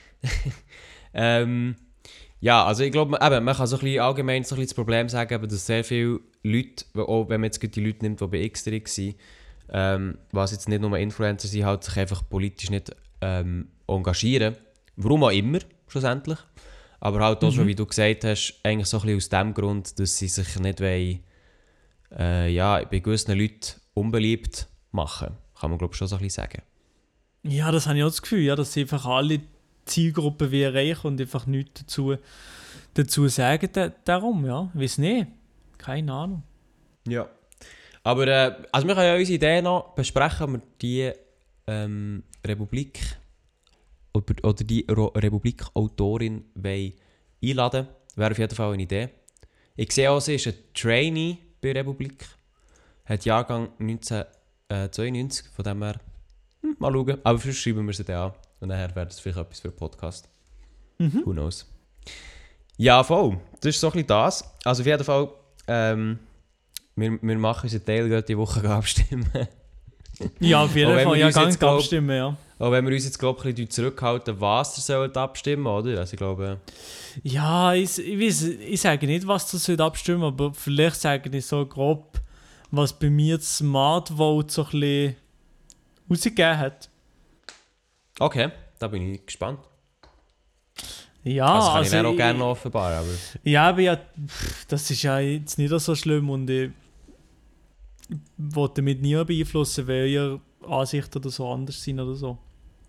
Speaker 3: ähm, ja, also ich glaube, eben, man kann so ein bisschen allgemein so ein bisschen das Problem sagen, eben, dass sehr viele Leute, auch wenn man jetzt die Leute nimmt, die bei X R X sind, ähm, was jetzt nicht nur Influencer sind, halt sich einfach politisch nicht ähm, engagieren. Warum auch immer, schlussendlich. Aber halt auch
Speaker 2: Mhm.
Speaker 3: schon, wie du gesagt hast, eigentlich so ein bisschen aus dem Grund, dass sie sich nicht wollen, äh, ja, bei gewissen Leuten unbeliebt machen. Kann man, glaube ich, schon so ein bisschen sagen.
Speaker 2: Ja, das habe ich auch das Gefühl, ja, dass sie einfach alle Zielgruppen wie erreichen und einfach nichts dazu, dazu sagen. Da, darum, ja, ich weiß nicht. Keine Ahnung.
Speaker 3: Ja. Aber äh, also wir können ja unsere Idee noch besprechen, ob wir die ähm, Republik oder, oder die Ro- Republik-Autorin wollen einladen. Wäre auf jeden Fall eine Idee. Ich sehe auch, sie ist ein Trainee bei Republik. Hat Jahrgang neunzehnhundertzweiundneunzig, von dem her hm, mal schauen. Aber sonst schreiben wir sie dann an. Und nachher wäre das vielleicht etwas für einen Podcast.
Speaker 2: Mhm.
Speaker 3: Who knows. Ja, voll. Das ist so ein bisschen das. Also auf jeden Fall, ähm, wir, wir machen unseren Teil gerade die Woche abstimmen.
Speaker 2: Ja, auf jeden
Speaker 3: Auch wenn
Speaker 2: Fall.
Speaker 3: wir
Speaker 2: Ja,
Speaker 3: uns
Speaker 2: gar
Speaker 3: jetzt
Speaker 2: nicht
Speaker 3: glaub-
Speaker 2: abstimmen, ja.
Speaker 3: Auch wenn wir uns jetzt, glaube ich, ein bisschen zurückhalten, was ihr sollt abstimmen, oder? Also ich glaube...
Speaker 2: Ja, ich, ich, weiss, ich sage nicht, was das heute abstimmen, aber vielleicht sage ich so grob, was bei mir das Smart Vote so ein bisschen rausgegeben hat.
Speaker 3: Okay, da bin ich gespannt.
Speaker 2: Ja,
Speaker 3: also kann
Speaker 2: also
Speaker 3: ich mir auch
Speaker 2: ich-
Speaker 3: gerne offenbaren, aber...
Speaker 2: Ja, aber ja, pff, das ist ja jetzt nicht so schlimm und ich will damit nie beeinflussen, weil ihre Ansichten oder so anders sind oder so.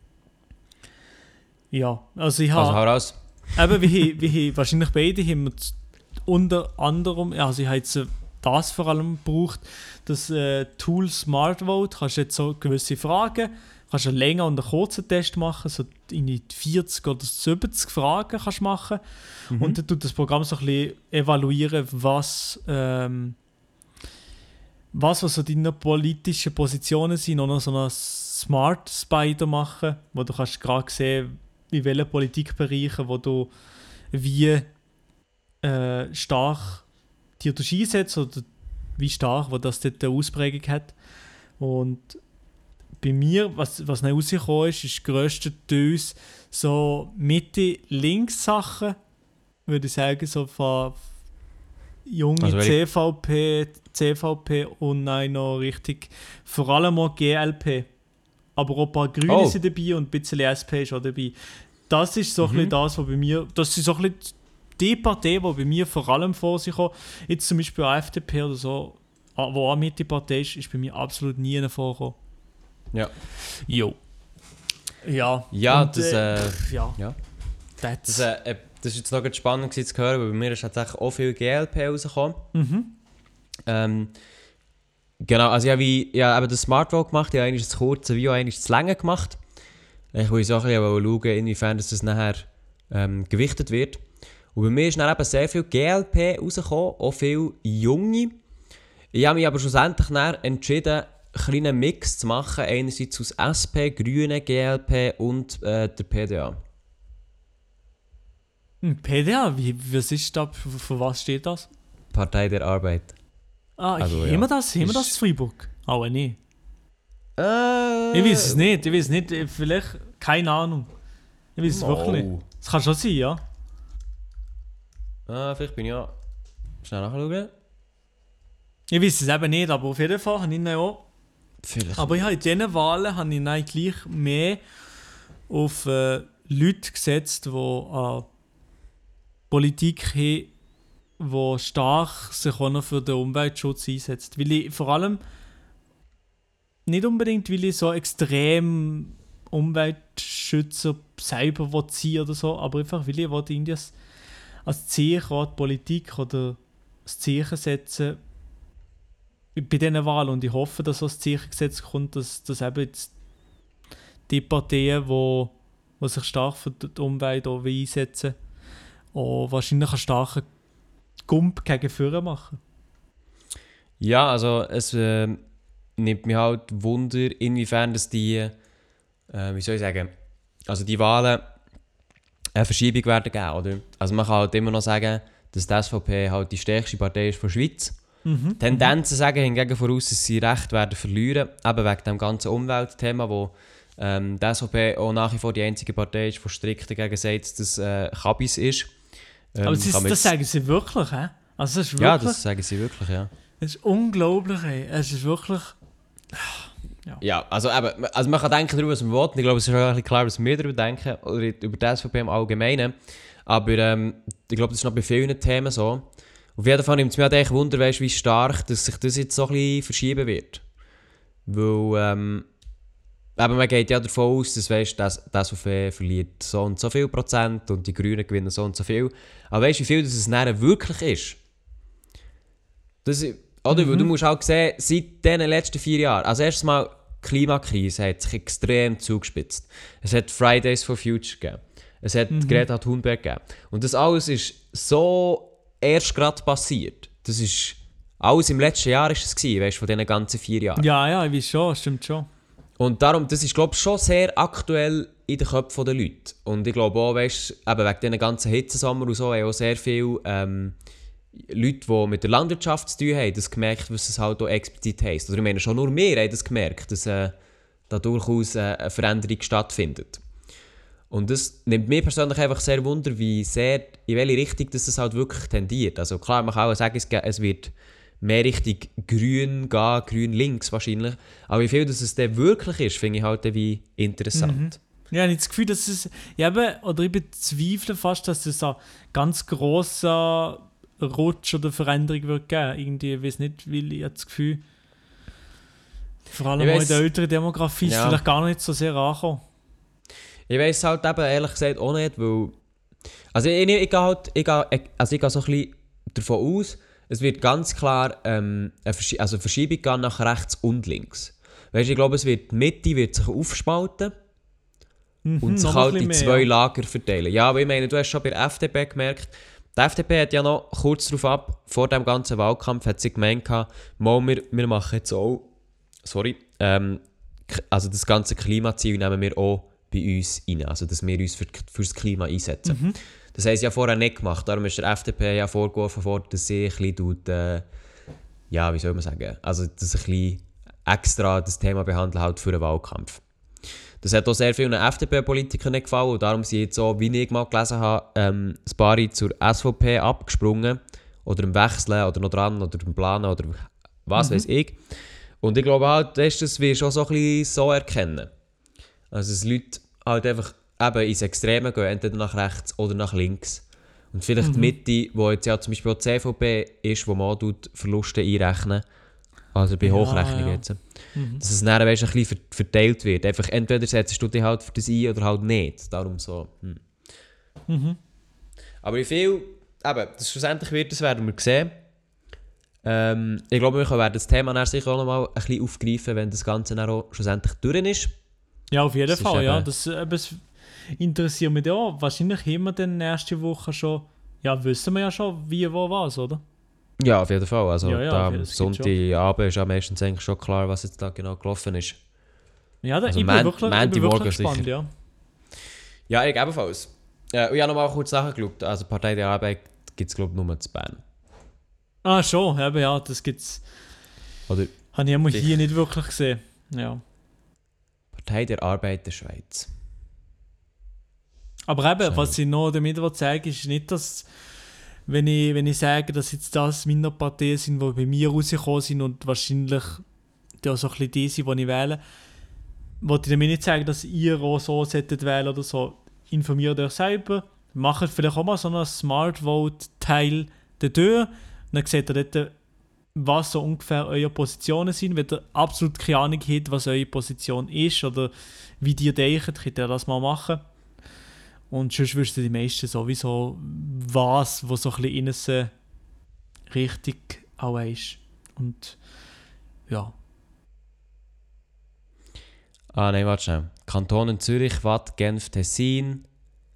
Speaker 2: Ja, also ich
Speaker 3: Also
Speaker 2: habe,
Speaker 3: hau raus.
Speaker 2: eben wie, wie wahrscheinlich beide haben wir z- unter anderem, also ich habe jetzt äh, das vor allem gebraucht, das äh, Tool Smart Vote, kannst jetzt so gewisse Fragen, kannst einen länger und einen kurzen Test machen, so in die vierzig oder siebzig Fragen kannst du machen. Und dann tut das Programm so ein bisschen evaluieren, was, ähm, was, was so deine politischen Positionen sind, und noch so einen Smart Spider machen, wo du kannst gerade sehen, in welchen Politikbereichen, wo du wie äh, stark dir einsetzt oder wie stark, wo das dort eine Ausprägung hat. Und bei mir, was, was nicht rausgekommen ist, ist grösstenteils so Mitte-Links-Sachen, würde ich sagen, so von junge
Speaker 3: Also welche-
Speaker 2: C V P, C V P und nein, noch richtig, vor allem auch G L P. Aber auch ein paar Grüne
Speaker 3: Oh.
Speaker 2: sind dabei und ein bisschen S P ist auch dabei. Das ist so ein
Speaker 3: Mhm.
Speaker 2: bisschen das, was bei mir, das ist so ein bisschen die Partei, die bei mir vor allem vor sich kommt. Jetzt zum Beispiel A F D P oder so, ah, wo auch Mitte-Partei ist, ist bei mir absolut nie vorgekommen.
Speaker 3: Ja.
Speaker 2: Jo. Ja.
Speaker 3: Ja,
Speaker 2: und,
Speaker 3: das, äh,
Speaker 2: pff, ja.
Speaker 3: ja.
Speaker 2: That's,
Speaker 3: Das, äh, äh, das ist jetzt noch ganz spannend gewesen zu hören, weil bei mir ist tatsächlich auch viel G L P rausgekommen.
Speaker 2: mhm.
Speaker 3: Ähm, genau, also ich habe wie- ja, eben das Smart Vote gemacht, ich habe eigentlich das kurze wie auch eigentlich das lange gemacht. Ich wollte so ein bisschen schauen, inwiefern das nachher ähm, gewichtet wird. Und bei mir ist dann eben sehr viel G L P rausgekommen, auch viel Junge. Ich habe mich aber schlussendlich dann entschieden, einen kleinen Mix zu machen, einerseits aus S P, Grünen, G L P und äh, der P D A.
Speaker 2: Hm, P D A, wie, was ist da, für, für was steht das?
Speaker 3: Partei der Arbeit.
Speaker 2: Ah,
Speaker 3: Also,
Speaker 2: haben
Speaker 3: ja.
Speaker 2: wir das, haben wir
Speaker 3: Ist-
Speaker 2: das in Freiburg? Auch nicht.
Speaker 3: Äh,
Speaker 2: Ich weiß es nicht, ich weiß nicht, äh, vielleicht, keine Ahnung. Ich weiß es wirklich nicht. Das kann schon sein, ja.
Speaker 3: Ah, vielleicht bin ich ja... Schnell nachschauen.
Speaker 2: Ich weiß es eben nicht, aber auf jeden Fall habe ich ihn auch.
Speaker 3: Vielleicht.
Speaker 2: Aber ich habe in diesen Wahlen habe ich dann gleich mehr auf äh, Leute gesetzt, die an Politik haben, die stark sich auch noch für den Umweltschutz einsetzt. Weil ich vor allem nicht unbedingt, weil ich so extrem Umweltschützer selber will sein oder so, aber einfach, weil ich will irgendwie als, als Zeichen an die Politik oder als Zeichen setzen bei diesen Wahlen, und ich hoffe, dass so ein Zeichen gesetzt kommt, dass, dass eben jetzt die Parteien, die, die sich stark für die Umwelt auch einsetzen, auch wahrscheinlich einen starken Gump gegen Führer machen.
Speaker 3: Ja, also es äh, nimmt mich halt Wunder, inwiefern dass die, äh, wie soll ich sagen, also die Wahlen eine Verschiebung werden geben, oder? Also man kann halt immer noch sagen, dass die S V P halt die stärkste Partei ist von der Schweiz.
Speaker 2: Mhm.
Speaker 3: Tendenzen sagen hingegen voraus, dass sie Recht werden verlieren, eben wegen dem ganzen Umweltthema, wo ähm, die S V P auch nach wie vor die einzige Partei ist, die strikt dagegen sagt, dass das äh, Cannabis ist. Ähm,
Speaker 2: Aber das, ist,
Speaker 3: kann man
Speaker 2: das
Speaker 3: jetzt-
Speaker 2: sagen sie wirklich, hä? Also das ist wirklich,
Speaker 3: Ja, das sagen sie wirklich, ja.
Speaker 2: das ist unglaublich, ey. Es ist wirklich...
Speaker 3: Ja, also eben, also man kann denken darüber, was man will. Ich glaube, es ist auch ein bisschen klar, was wir darüber denken, oder über die S V P im Allgemeinen. Aber ähm, ich glaube, das ist noch bei vielen Themen so. Auf jeden Fall nimmt es mich halt echt Wunder, weißt, wie stark dass sich das jetzt so ein bisschen verschieben wird. Weil, ähm, eben man geht ja davon aus, dass, weißt, dass die S V P verliert so und so viel Prozent und die Grünen gewinnen so und so viel. Aber weißt du, wie viel das es nachher wirklich ist? Das, oder?
Speaker 2: Mhm.
Speaker 3: Weil du musst auch sehen, seit den letzten vier Jahren, also erstens mal, die Klimakrise hat sich extrem zugespitzt. Es hat Fridays for Future gegeben. Es hat
Speaker 2: Mhm.
Speaker 3: Greta Thunberg gegeben. Und das alles ist so erst gerade passiert. Das ist alles im letzten Jahr ist es gewesen, weißt, von diesen ganzen vier Jahren.
Speaker 2: Ja, ja, ich weiß schon, stimmt schon.
Speaker 3: Und darum, das ist, glaube ich, schon sehr aktuell in den Köpfen der Leute. Und ich glaube auch, weißt, eben wegen diesen ganzen Hitzesommer und so, haben auch sehr viele ähm, Leute, die mit der Landwirtschaft zu tun haben, das gemerkt, was es halt auch explizit heisst. Oder ich meine, schon nur wir haben das gemerkt, dass äh, da durchaus äh, eine Veränderung stattfindet. Und das nimmt mir persönlich einfach sehr Wunder, wie sehr, in welche Richtung das es halt wirklich tendiert. Also klar, man kann auch sagen, es, ge- es wird mehr Richtung grün gehen, grün-links wahrscheinlich. Aber wie viel das es dann wirklich ist, finde ich halt wie interessant.
Speaker 2: Ja, ich habe das Gefühl, dass es... Ja, eben, oder ich bezweifle fast, dass es ein ganz grosser Rutsch oder Veränderung wird geben. Irgendwie, ich weiß nicht, weil ich habe das Gefühl, vor allem
Speaker 3: Ich
Speaker 2: auch in
Speaker 3: weiss-
Speaker 2: der älteren Demografie ist
Speaker 3: Ja.
Speaker 2: vielleicht gar nicht so sehr angekommen.
Speaker 3: Ich weiss halt eben ehrlich gesagt auch nicht, weil... Also ich, ich, ich gehe halt... Ich gehe, also ich gehe so ein bisschen davon aus, es wird ganz klar ähm, eine, Verschi also eine Verschiebung gehen nach rechts und links. Weißt du, ich glaube, es wird, die Mitte wird sich aufspalten und sich
Speaker 2: noch
Speaker 3: halt
Speaker 2: ein
Speaker 3: in
Speaker 2: bisschen
Speaker 3: zwei
Speaker 2: mehr,
Speaker 3: Lager verteilen. Ja, aber ich meine, du hast schon bei der F D P gemerkt, die F D P hat ja noch kurz darauf ab, vor dem ganzen Wahlkampf hat sie gemeint, mal, wir, wir machen jetzt auch, sorry, ähm, k- also das ganze Klimaziel nehmen wir auch bei uns rein, also dass wir uns für, für das Klima einsetzen.
Speaker 2: Mhm.
Speaker 3: Das haben sie ja vorher nicht gemacht, darum ist der F D P ja vorgeworfen worden, dass sie ein bisschen, tut, äh, ja, wie soll man sagen, also dass sie ein bisschen extra das Thema behandeln halt für einen Wahlkampf. Das hat auch sehr vielen F D P-Politikern nicht gefallen und darum sind jetzt so, wie ich mal gelesen habe, ähm, ein paar zur S V P abgesprungen oder im Wechseln oder noch dran oder im Planen oder was
Speaker 2: Mhm.
Speaker 3: weiß ich. Und ich glaube halt, das, das wirst du auch so ein bisschen so erkennen. Also dass Leute halt einfach eben ins Extreme gehen, entweder nach rechts oder nach links. Und vielleicht
Speaker 2: Mhm.
Speaker 3: die Mitte, wo jetzt ja zum Beispiel auch die C V P ist, wo man auch tut Verluste einrechnen. Also bei
Speaker 2: Ja,
Speaker 3: Hochrechnung
Speaker 2: ja.
Speaker 3: jetzt.
Speaker 2: Mhm.
Speaker 3: Dass es dann weißt, ein bisschen ver- verteilt wird. Einfach entweder setzt du dich halt für das ein oder halt nicht. Darum so. Hm.
Speaker 2: Mhm.
Speaker 3: Aber wie viel, eben, das schlussendlich wird, das werden wir sehen. Ähm, ich glaube, wir werden das Thema dann sicher auch noch mal ein bisschen aufgreifen, wenn das Ganze dann auch schlussendlich durch ist.
Speaker 2: Ja, auf jeden
Speaker 3: Das ist
Speaker 2: Fall, ja.
Speaker 3: eben-
Speaker 2: Das, äh, das interessiert mich auch. Wahrscheinlich haben wir dann nächste Woche schon... Ja, wissen wir ja schon, wie, wo, was, oder?
Speaker 3: Ja, auf jeden Fall. Also
Speaker 2: Ja, ja,
Speaker 3: da
Speaker 2: okay,
Speaker 3: am
Speaker 2: das geht
Speaker 3: Sonntagabend ist ja meistens eigentlich schon klar, was jetzt da genau gelaufen ist.
Speaker 2: Ja, da,
Speaker 3: Also
Speaker 2: ich bin
Speaker 3: Mon-
Speaker 2: wirklich, ich bin
Speaker 3: Montagmorgen
Speaker 2: wirklich gespannt,
Speaker 3: sicher.
Speaker 2: ja.
Speaker 3: Ja, ich ebenfalls. Äh, und ich habe noch mal kurz nachgeschaut. Also Partei der Arbeit gibt es, glaube ich, nur zu Bern.
Speaker 2: Ah, schon, eben, ja, das gibt's...
Speaker 3: Oder
Speaker 2: Habe ich einmal
Speaker 3: Sicher.
Speaker 2: hier nicht wirklich gesehen. Ja.
Speaker 3: Partei der Arbeit der Schweiz.
Speaker 2: Aber eben,
Speaker 3: Schau.
Speaker 2: was ich noch damit zeigen will, ist nicht, dass, wenn ich, wenn ich sage, dass jetzt das meine Parteien sind, die bei mir rausgekommen sind und wahrscheinlich ja, so ein bisschen die sind, die ich wähle, wollte ich damit nicht sagen, dass ihr auch so solltet wählen oder so. Informiert euch selber, macht vielleicht auch mal so einen Smart Vote-Teil der Tür und dann seht ihr dort, was so ungefähr eure Positionen sind. Wenn ihr absolut keine Ahnung habt, was eure Position ist oder wie ihr denkt, könnt ihr das mal machen. Und sonst wüssten die meisten sowieso, was, wo so ein bisschen innen richtig auch ist. Und ja.
Speaker 3: Ah, nein, warte schnell. Kantonen Zürich, Waadt, Genf, Tessin.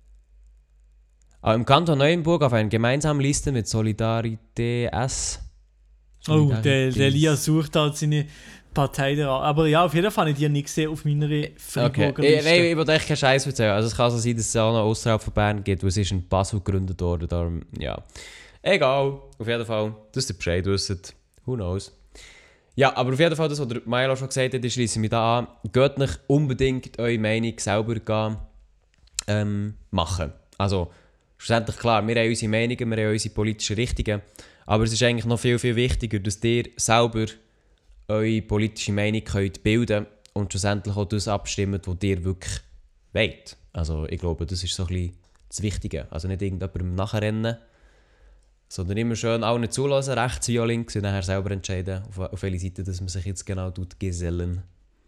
Speaker 3: Ah, im Kanton Neuenburg auf einer gemeinsamen Liste mit Solidarité S.
Speaker 2: Oh, der, der Lia sucht halt seine Partei da. Aber ja, auf jeden Fall habe ich die nicht gesehen auf meiner Freiburger
Speaker 3: Okay.
Speaker 2: Liste.
Speaker 3: Ich, ich, ich will echt keinen Scheiß erzählen. Also es kann so sein, dass es auch noch außerhalb von Bern gibt, wo es ist in Basel gegründet worden. Darum, ja. Egal. Auf jeden Fall, dass ihr Bescheid wisst. Who knows. Ja, aber auf jeden Fall, das, was der Milo schon gesagt hat, ich schliesse mich da an. Geht nicht unbedingt eure Meinung selber gehen, ähm, machen. Also, schlussendlich klar, wir haben unsere Meinungen, wir haben unsere politischen Richtungen. Aber es ist eigentlich noch viel, viel wichtiger, dass ihr selber eure politische Meinung könnt bilden und schlussendlich auch das abstimmen, was ihr wirklich wollt. Also ich glaube, das ist so ein bisschen das Wichtige. Also nicht irgendjemandem nachrennen, sondern immer schön allen zulassen, rechts wie auch links, und nachher selber entscheiden, auf, auf welche Seite dass man sich jetzt genau tut, gesellen.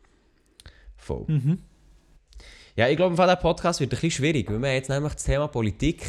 Speaker 3: Voll.
Speaker 2: Mhm.
Speaker 3: Ja, ich glaube, der Podcast wird ein bisschen schwierig, weil wir haben jetzt nämlich das Thema Politik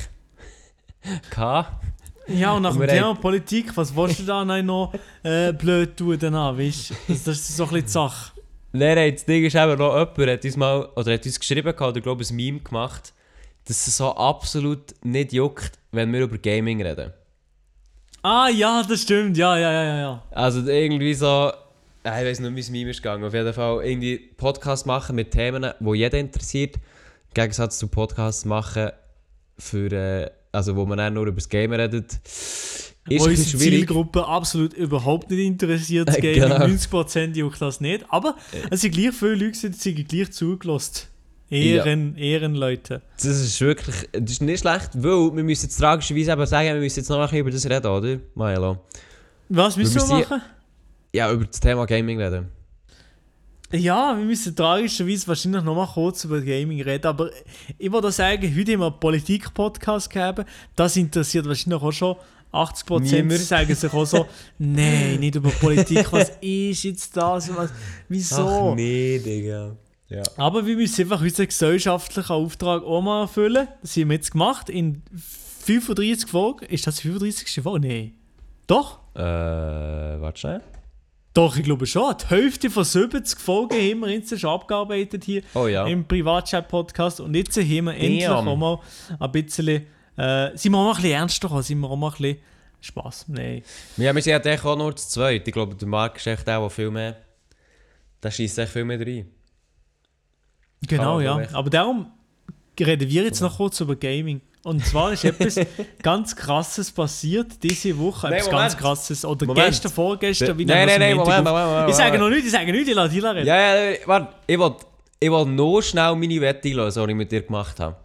Speaker 3: gehabt.
Speaker 2: Ja, und nach
Speaker 3: Und
Speaker 2: dem
Speaker 3: wir
Speaker 2: Thema
Speaker 3: haben-
Speaker 2: Politik, was willst du da noch äh, blöd tun danach, weißt du? Das, das ist so ein bisschen die Sache.
Speaker 3: Nein, nein, das Ding ist eben noch, jemand hat uns mal, oder hat uns geschrieben, gehabt, oder glaube ich ein Meme gemacht, dass es so absolut nicht juckt, wenn wir über Gaming reden.
Speaker 2: Ah ja, das stimmt, ja, ja, ja, ja, ja.
Speaker 3: Also irgendwie so, äh, ich weiß nicht, wie es Meme ist gegangen, auf jeden Fall irgendwie Podcast machen mit Themen, die jeder interessiert, im Gegensatz zu Podcasts machen, für, äh, also wo man dann nur über das Game redet, ist ein
Speaker 2: Unsere
Speaker 3: bisschen schwierig.
Speaker 2: Zielgruppe absolut überhaupt nicht interessiert, das
Speaker 3: Äh,
Speaker 2: Gaming,
Speaker 3: genau.
Speaker 2: neunzig Prozent juckt das nicht, aber es sind gleich viele Leute, die sind gleich zugelassen. Ehren, Ehrenleute.
Speaker 3: Das ist wirklich, das ist nicht schlecht, weil wir müssen jetzt tragischerweise eben sagen, wir müssen jetzt noch ein bisschen über das reden, oder, Milo?
Speaker 2: Was müssen wir
Speaker 3: müssen die-
Speaker 2: machen?
Speaker 3: Ja, über das Thema Gaming reden.
Speaker 2: Ja, wir müssen tragischerweise wahrscheinlich noch mal kurz über Gaming reden, aber ich würde sagen, heute haben wir einen Politik-Podcast gegeben, das interessiert wahrscheinlich auch schon achtzig Prozent,
Speaker 3: Niemand.
Speaker 2: sagen sich auch so, nein, nicht über Politik, was ist jetzt das, was, wieso?
Speaker 3: Ach nee, Digga. Ja.
Speaker 2: Aber wir müssen einfach unseren gesellschaftlichen Auftrag auch mal erfüllen, das haben wir jetzt gemacht, in fünfunddreißig Folgen, ist das die fünfunddreißigste Folge? Nein. Doch?
Speaker 3: Äh, warte schnell.
Speaker 2: Doch, ich glaube schon. Die Hälfte von siebzig Folgen haben wir jetzt schon abgearbeitet hier
Speaker 3: Oh ja.
Speaker 2: im Privatchat-Podcast. Und jetzt haben wir endlich
Speaker 3: Damn.
Speaker 2: auch mal ein bisschen, äh, sind wir auch mal ein bisschen ernster gekommen, sind wir auch mal ein bisschen Spass. Nein.
Speaker 3: Ja, wir sind ja echt auch nur zu zweit. Ich glaube, der Marc ist echt der, der viel mehr... Der schießt echt viel mehr rein.
Speaker 2: Genau,
Speaker 3: Ah,
Speaker 2: ja.
Speaker 3: aber echt.
Speaker 2: Aber darum reden wir jetzt noch kurz über Gaming. Und zwar ist etwas ganz Krasses passiert diese Woche.
Speaker 3: Nein,
Speaker 2: Etwas
Speaker 3: Moment.
Speaker 2: ganz Krasses. Oder
Speaker 3: Moment.
Speaker 2: gestern, vorgestern, wie
Speaker 3: Nein,
Speaker 2: nennen wir
Speaker 3: nein,
Speaker 2: es
Speaker 3: nein,
Speaker 2: am
Speaker 3: Moment,
Speaker 2: Montag
Speaker 3: Moment,
Speaker 2: auf?
Speaker 3: Moment.
Speaker 2: Ich sage noch nichts, ich sage nichts, ich lasse dich reden.
Speaker 3: Ja, ja, warte. Ich will, ich will nur schnell meine Wette einlösen, die ich mit dir gemacht habe.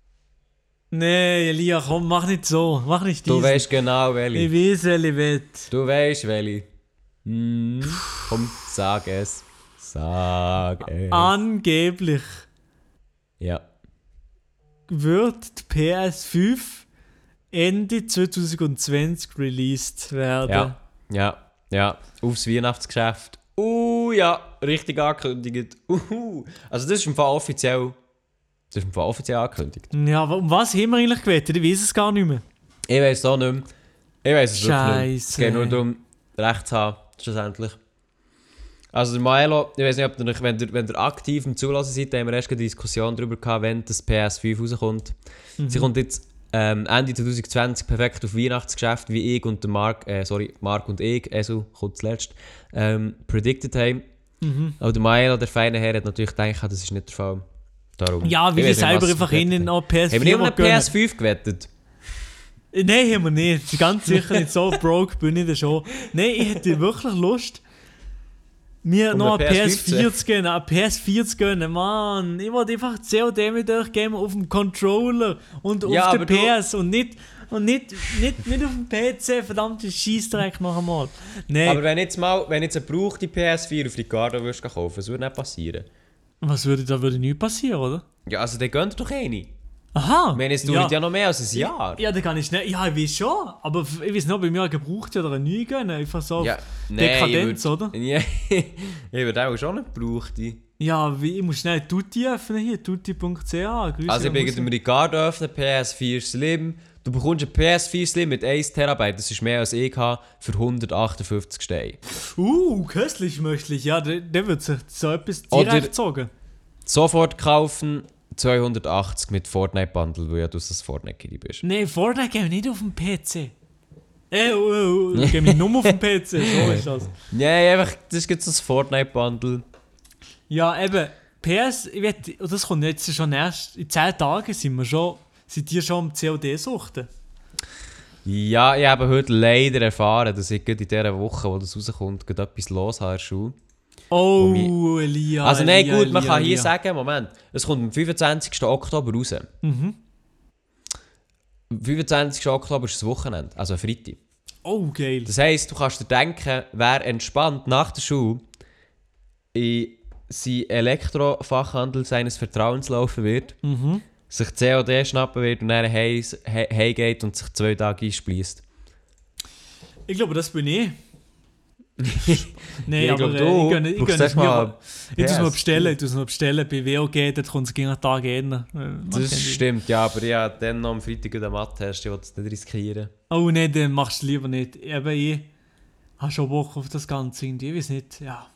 Speaker 2: Nee, Elia, komm, mach nicht so. Mach nicht
Speaker 3: Du
Speaker 2: dies.
Speaker 3: weißt genau, welche.
Speaker 2: Ich weiß, welche Wette.
Speaker 3: Du weißt, welche. Hm. Komm, sag es. Sag es.
Speaker 2: Angeblich
Speaker 3: Ja.
Speaker 2: wird die P S fünf Ende zwanzig zwanzig released werden.
Speaker 3: Ja. Ja. Ja. Aufs Weihnachtsgeschäft. Uh, ja. Richtig angekündigt. Uh. Also das ist im Fall offiziell... Das ist im Fall offiziell angekündigt.
Speaker 2: Ja, aber um was haben wir eigentlich gewettet? Ich weiß es gar nicht mehr.
Speaker 3: Ich weiss es auch nicht mehr. Ich weiss es wirklich nicht mehr. Es
Speaker 2: Scheisse.
Speaker 3: geht nur darum, Recht zu haben, schlussendlich. Also der Milo, ich weiß nicht, ob ihr, wenn ihr, wenn ihr aktiv im Zulassen seid, da haben wir erst eine Diskussion darüber gehabt, wenn das P S fünf rauskommt.
Speaker 2: Mhm.
Speaker 3: Sie kommt jetzt ähm, Ende zwanzig zwanzig perfekt auf Weihnachtsgeschäft, wie ich und der Marc, äh, sorry, Marc und ich, Esu, kommt zuletzt, ähm, predicted haben.
Speaker 2: Mhm.
Speaker 3: Aber der Milo, der feine Herr, hat natürlich gedacht, das ist nicht der Fall. Darum.
Speaker 2: Ja, weil
Speaker 3: Ich
Speaker 2: wir
Speaker 3: weiss nicht,
Speaker 2: selber
Speaker 3: was
Speaker 2: einfach
Speaker 3: sie gewettet
Speaker 2: innen
Speaker 3: haben.
Speaker 2: noch P S
Speaker 3: Haben wir
Speaker 2: vier
Speaker 3: nicht auf eine P S fünf gewettet?
Speaker 2: Nein, haben wir nicht. Ganz sicher nicht. So broke bin ich da schon. Nein, ich hätte wirklich Lust, mir
Speaker 3: Um
Speaker 2: noch
Speaker 3: eine
Speaker 2: eine P S
Speaker 3: P S fünf
Speaker 2: vier zu gönnen. Eine P S vier zu gönnen. Mann, ich wollte einfach C O D mit euch geben auf dem Controller und auf
Speaker 3: Ja,
Speaker 2: der
Speaker 3: aber
Speaker 2: P
Speaker 3: du-
Speaker 2: S und nicht, und nicht, nicht, nicht auf dem P C. Verdammte Scheissdreck noch einmal. Nein,
Speaker 3: Aber wenn jetzt mal, wenn jetzt eine gebrauchte P S vier auf Ricardo würdest du kaufen, das würde nicht passieren.
Speaker 2: was würde da würde nichts passieren, oder?
Speaker 3: Ja, also dann gönnt doch eine.
Speaker 2: Aha.
Speaker 3: Ich meine, es dauert ja. noch mehr als ein Jahr.
Speaker 2: Ja, da kann ich nicht. Ja, ich weiß schon. Aber f- ich weiß noch, bei mir eine gebrauchte oder eine neue gönnen. Einfach so auf
Speaker 3: Ja,
Speaker 2: Dekadenz,
Speaker 3: ich würd-
Speaker 2: oder?
Speaker 3: Ja, ich würde auch schon nicht gebrauchte.
Speaker 2: Ja, wie, ich muss schnell Tutti öffnen hier, tutti punkt c h. Grüße
Speaker 3: Also ich bin
Speaker 2: gehen
Speaker 3: mit dem Ricardo öffnen, P S vier Slim. Du bekommst eine P S vier Slim mit eins Terabyte, das ist mehr als ich habe, für hundertachtundfünfzig Steine.
Speaker 2: raus. Uh, köstlich möchtlich. Ja, der, der wird sich so etwas
Speaker 3: Oder-
Speaker 2: direkt zogen.
Speaker 3: Sofort kaufen, zweihundertachtzig mit Fortnite-Bundle, weil ja du das Fortnite-Kitty bist.
Speaker 2: Nein, Fortnite gehen wir nicht auf dem P C. Äh, oh, oh, gehen wir nur auf dem P C, so ist das.
Speaker 3: Nein, einfach, das gibt so ein Fortnite-Bundle.
Speaker 2: Ja, eben, P S, ich weiß, und das kommt jetzt schon erst, in zehn Tagen sind wir schon, sind die schon am C O D suchten.
Speaker 3: Ja, ich habe heute leider erfahren, dass ich gerade in dieser Woche, wo das rauskommt, gerade etwas los habe in der Schule.
Speaker 2: Oh,
Speaker 3: mich...
Speaker 2: Elia,
Speaker 3: Also nein,
Speaker 2: Elia,
Speaker 3: gut, man
Speaker 2: Elia,
Speaker 3: kann hier
Speaker 2: Elia.
Speaker 3: sagen, Moment, es kommt am fünfundzwanzigsten Oktober raus.
Speaker 2: Mhm.
Speaker 3: fünfundzwanzigsten Oktober ist das Wochenende, also ein Freitag.
Speaker 2: Oh, geil.
Speaker 3: Das heisst, du kannst dir denken, wer entspannt nach der Schule in seinen Elektrofachhandel seines Vertrauens laufen wird,
Speaker 2: Mhm.
Speaker 3: sich C O D schnappen wird und dann heimgeht he he und sich zwei Tage einspleisst.
Speaker 2: Ich glaube, das bin ich. Nein,
Speaker 3: Ja, ich
Speaker 2: aber
Speaker 3: glaub,
Speaker 2: äh,
Speaker 3: du
Speaker 2: ich gönne ich
Speaker 3: brauchst
Speaker 2: gönne es
Speaker 3: erst mal
Speaker 2: mir. Ich tue es
Speaker 3: P S.
Speaker 2: mal bestellen, ich tue es mal bestellen. Bei W O G, dort kommt es gegen einen Tag ändern.
Speaker 3: Das stimmt, ja, aber ja, dann noch am Freitag den Mathe-Test, ich will es nicht riskieren.
Speaker 2: Oh nein, dann machst du es lieber nicht. Eben, ich habe schon Bock auf das Ganze irgendwie. Ich weiß nicht, ja.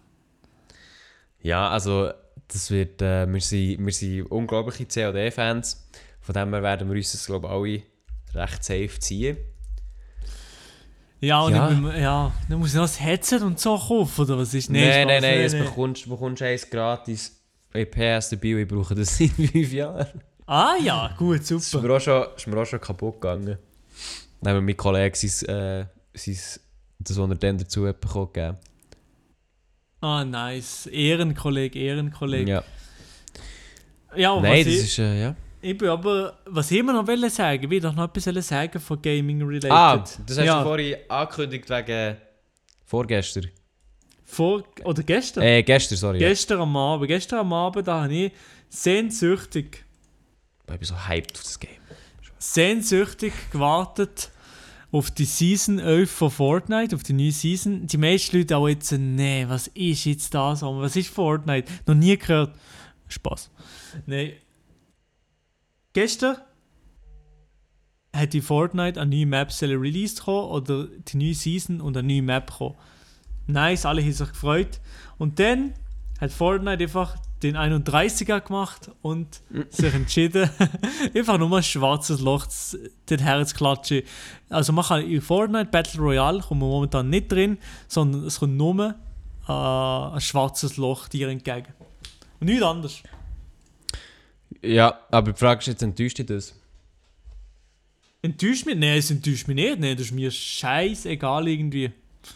Speaker 3: Ja, also, das wird, äh, wir, sind, wir sind unglaubliche C O D-Fans, von dem her werden wir uns das, glaube ich, alle recht safe ziehen.
Speaker 2: Ja, und
Speaker 3: Ja.
Speaker 2: Ich, bin- ja, dann muss ich noch das Headset und so kaufen, oder was ist?
Speaker 3: Nein,
Speaker 2: Spaß,
Speaker 3: nein, nein,
Speaker 2: nee,
Speaker 3: jetzt
Speaker 2: nee.
Speaker 3: bekommst du bekommst eins gratis. Ich P S dabei und ich brauche das in fünf Jahren.
Speaker 2: Ah ja, gut,
Speaker 3: Das ist
Speaker 2: super.
Speaker 3: mir auch schon, ist mir auch schon kaputt gegangen. Dann haben wir mein Kollege sein, äh, sein, das, was er dann dazu hat bekommen gegeben.
Speaker 2: Ah, nice. Ehrenkollege, Ehrenkollege.
Speaker 3: Ja.
Speaker 2: Ja, und
Speaker 3: Nein,
Speaker 2: was
Speaker 3: das
Speaker 2: ich,
Speaker 3: ist, äh, ja.
Speaker 2: ich bin aber, was ich immer noch wollte sagen, ich will doch noch etwas wollen sagen von Gaming-related.
Speaker 3: Ah, das hast
Speaker 2: ja,
Speaker 3: du vorhin angekündigt wegen vorgestern.
Speaker 2: vor, oder gestern?
Speaker 3: Äh, gestern, sorry.
Speaker 2: Gestern am Abend. Gestern am Abend da habe ich sehnsüchtig,
Speaker 3: Ja. Ich bin so hyped auf das Game.
Speaker 2: sehnsüchtig gewartet auf die Season elf von Fortnite, auf die neue Season. Die meisten Leute auch jetzt, nee, was ist jetzt das? Was ist Fortnite? Noch nie gehört. Spaß. Nein. Gestern hat die Fortnite eine neue Map released gekommen, oder die neue Season und eine neue Map gekommen. Nice, alle haben sich gefreut. Und dann hat Fortnite einfach den einunddreißiger gemacht und sich entschieden, einfach nur ein schwarzes Loch zu- dorthin zu klatschen. Also man kann in Fortnite Battle Royale kommt man momentan nicht drin, sondern es kommt nur äh, ein schwarzes Loch dir entgegen. Und nichts anderes.
Speaker 3: Ja, aber die Frage ist jetzt, enttäuscht dich das?
Speaker 2: Enttäuscht mich? Nein, es enttäuscht mich nicht. Nein, das ist mir scheißegal irgendwie.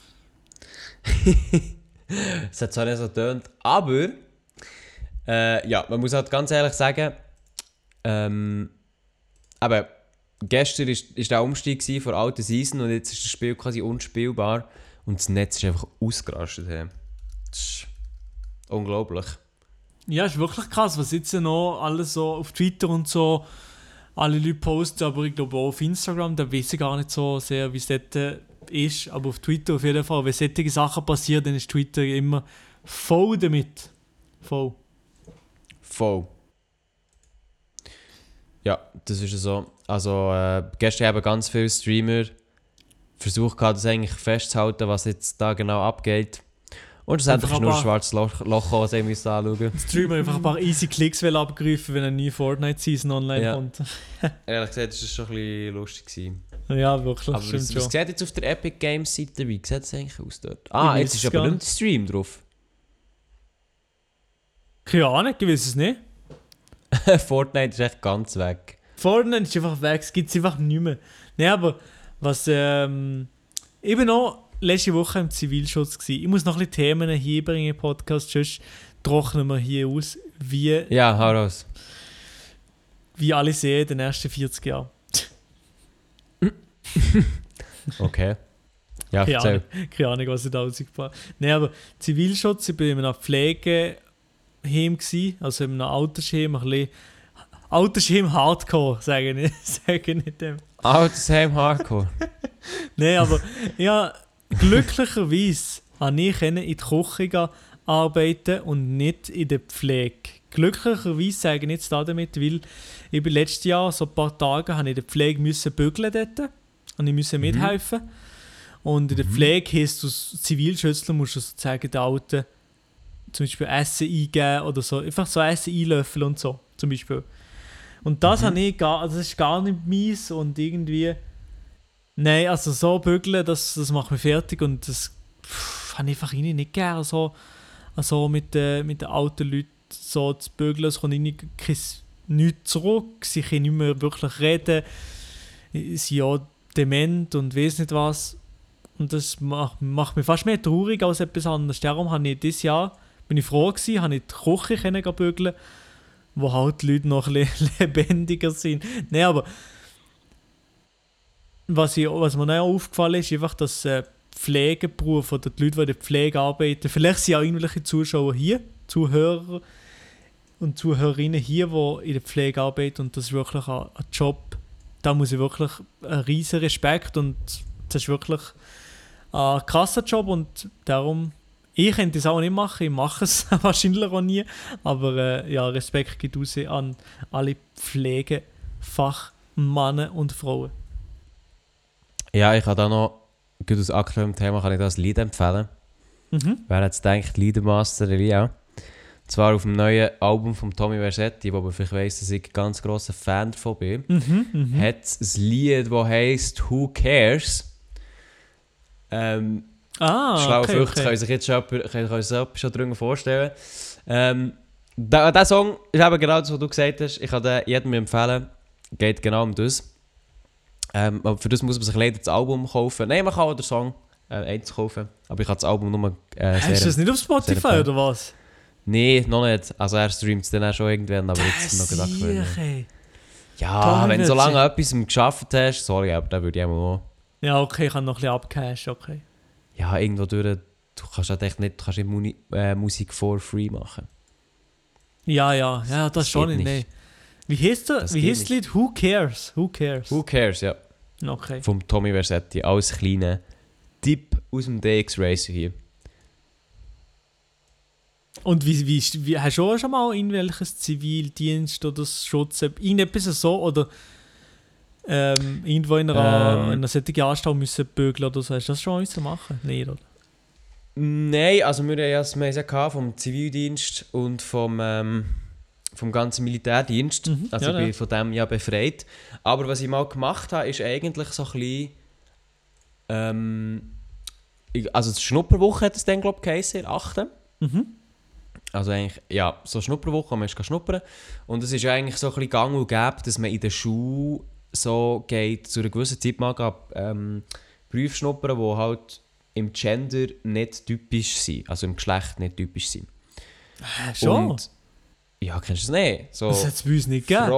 Speaker 3: Es hat zwar nicht so getönt, aber äh, ja, man muss halt ganz ehrlich sagen, ähm, aber gestern war ist, ist der Umstieg gewesen von der alten Season und jetzt ist das Spiel quasi unspielbar und das Netz ist einfach ausgerastet. Hey. Das ist unglaublich.
Speaker 2: Ja, ist wirklich krass, was jetzt noch alles so auf Twitter und so alle Leute posten, aber ich glaube auch auf Instagram, da weiß ich gar nicht so sehr, wie es dort äh, ist, aber auf Twitter auf jeden Fall. Wenn solche Sachen passieren, dann ist Twitter immer voll damit. Voll.
Speaker 3: Voll. Ja, das ist so. Also äh, gestern haben ganz viele Streamer versucht, das eigentlich festzuhalten, was jetzt da genau abgeht. Und schlussendlich ist nur ein schwarzes Loch, Loch gekommen, das ich müssen anschauen.
Speaker 2: Streamer einfach ein paar easy Klicks will abgreifen, wenn eine neue Fortnite-Season online
Speaker 3: Ja.
Speaker 2: kommt.
Speaker 3: Ehrlich gesagt, das war schon ein bisschen lustig gewesen.
Speaker 2: Ja, wirklich,
Speaker 3: Aber
Speaker 2: stimmt
Speaker 3: was,
Speaker 2: schon.
Speaker 3: was sieht jetzt auf der Epic Games Seite? Wie sieht es eigentlich aus dort? Ah,
Speaker 2: Ich
Speaker 3: jetzt
Speaker 2: weiß
Speaker 3: ist
Speaker 2: es
Speaker 3: aber
Speaker 2: gar
Speaker 3: nicht der Stream drauf.
Speaker 2: Keine Ahnung, ich weiß es nicht.
Speaker 3: Fortnite ist echt ganz weg.
Speaker 2: Fortnite ist einfach weg, es gibt es einfach nicht mehr. Nein, aber was, ähm, ich bin noch letzte Woche im Zivilschutz gewesen. Ich muss noch ein bisschen Themen hier bringen im Podcast, sonst trocknen wir hier aus, wie,
Speaker 3: Ja, hau raus.
Speaker 2: wie alle sehen in den ersten vierzig Jahren.
Speaker 3: Okay. Ja,
Speaker 2: Keine
Speaker 3: erzähl.
Speaker 2: Ahnung, keine Ahnung, was ich da rausgebracht habe. Nein, aber Zivilschutz, ich war in einem Pflegeheim, gewesen, also in einem Altersheim, ein bisschen Altersheim Hardcore, sage ich, sage ich nicht dem.
Speaker 3: Altersheim Hardcore.
Speaker 2: Nein, aber ja, glücklicherweise konnte ich in die Küche arbeiten und nicht in der Pflege. Glücklicherweise sage ich jetzt da damit, weil ich bin letztes Jahr, so ein paar Tage, habe ich in der Pflege müssen bügeln dort und ich musste mithelfen. Und in der Pflege heisst du als Zivilschützler, musst du sozusagen den Alten zum Beispiel Essen eingeben oder so. Einfach so Essen einlöffeln und so, zum Beispiel. Und das
Speaker 3: Mhm.
Speaker 2: habe ich gar, also das ist gar nicht mies und irgendwie... Nein, also so bügeln, das, das macht mich fertig und das pff, habe ich einfach irgendwie nicht gerne, so, also mit, äh, mit den alten Leuten so zu bügeln. Es kommt irgendwie kein- nichts zurück, sie können nicht mehr wirklich reden, sie sind ja dement und weiss nicht was. Und das macht, macht mich fast mehr traurig als etwas anderes. Darum habe ich dieses Jahr, bin ich froh gewesen, habe ich die Küche können gehen bügeln, wo halt die Leute noch ein bisschen lebendiger sind. Nein, aber was, ich, was mir auch aufgefallen ist, einfach, dass äh, Pflegeberuf oder die Leute, die in der Pflege arbeiten, vielleicht sind auch irgendwelche Zuschauer hier, Zuhörer und Zuhörerinnen hier, die in der Pflege arbeiten und das ist wirklich ein, ein Job, da muss ich wirklich einen riesen Respekt und das ist wirklich ein krasser Job und darum, ich könnte es auch nicht machen, ich mache es wahrscheinlich auch nie, aber äh, ja, Respekt geht raus an alle Pflegefachmänner und Frauen.
Speaker 3: Ja, ich kann da noch, gut aus aktuellem Thema, kann ich das Lied empfehlen.
Speaker 2: Mhm.
Speaker 3: Wer jetzt denkt, Liedermaster Elia. Und zwar auf dem neuen Album von Tommy Vercetti, wo man vielleicht weiss, dass ich ein ganz grosser Fan davon bin,
Speaker 2: Mhm, mhm.
Speaker 3: hat es ein Lied, das heisst «Who Cares?». Ähm,
Speaker 2: Ah,
Speaker 3: Schlaue
Speaker 2: okay,
Speaker 3: Früchte
Speaker 2: okay.
Speaker 3: können sich jetzt schon, jemand- können sich jemand schon drunter vorstellen. Ähm, der, der Song ist eben genau das, was du gesagt hast. Ich kann den jedem empfehlen. Geht genau um das. Ähm, aber für das muss man sich leider das Album kaufen. Nein, man kann auch den Song äh, eins kaufen. Aber ich habe das Album nur äh,
Speaker 2: Hast du das nicht auf Spotify
Speaker 3: sehr
Speaker 2: oder was?
Speaker 3: Nein, noch nicht. Also er streamt es dann auch schon irgendwann, aber jetzt noch gedacht.
Speaker 2: Sicher, ey.
Speaker 3: Ja,
Speaker 2: Tommy
Speaker 3: wenn du so lange
Speaker 2: Vercetti.
Speaker 3: etwas geschafft hast, sorry, aber dann würde ich auch.
Speaker 2: Ja, okay, ich habe noch ein bisschen abgehasht, okay.
Speaker 3: Ja, irgendwo durch. Du kannst halt echt nicht, du kannst nicht Muni, äh, Musik for free machen.
Speaker 2: Ja, ja, ja, das,
Speaker 3: Das
Speaker 2: schon
Speaker 3: geht
Speaker 2: nicht.
Speaker 3: nicht.
Speaker 2: Nee. Wie heißt das?
Speaker 3: Das
Speaker 2: Wie
Speaker 3: geht
Speaker 2: heißt das Lied? Who Cares? Who Cares?
Speaker 3: Who Cares, ja.
Speaker 2: Okay.
Speaker 3: Vom Tommy Vercetti. Als kleiner Tipp aus dem D X Racer hier.
Speaker 2: Und wie, wie, ist- wie hast du auch schon mal in welches Zivildienst oder Schutz, irgendetwas so oder ähm, irgendwo in einer,
Speaker 3: Ähm.
Speaker 2: in einer solchen Anstalt müssen bügeln oder so? Hast du das schon müssen machen? Nein, oder?
Speaker 3: Nein, also wir haben ja wir haben es ja gehabt vom Zivildienst und vom, ähm, vom ganzen Militärdienst.
Speaker 2: Mhm,
Speaker 3: Also
Speaker 2: ja,
Speaker 3: ich bin
Speaker 2: ja.
Speaker 3: von dem ja befreit. Aber was ich mal gemacht habe, ist eigentlich so ein bisschen... Ähm, ich, also die Schnupperwoche hat es dann, glaube ich, geheißen, in der achten.
Speaker 2: Mhm.
Speaker 3: Also eigentlich, ja, so Schnupperwoche, man ist schnuppern. Und es ist ja eigentlich so ein bisschen gang und gäbe, dass man in der Schule so geht, zu einer gewissen Zeit mal gab, ähm, Berufe schnuppern, die halt im Gender nicht typisch sind, also im Geschlecht nicht typisch sind.
Speaker 2: Äh, schon?
Speaker 3: Und, ja, kennst du es nicht? So
Speaker 2: Das hat es bei uns nicht gegeben.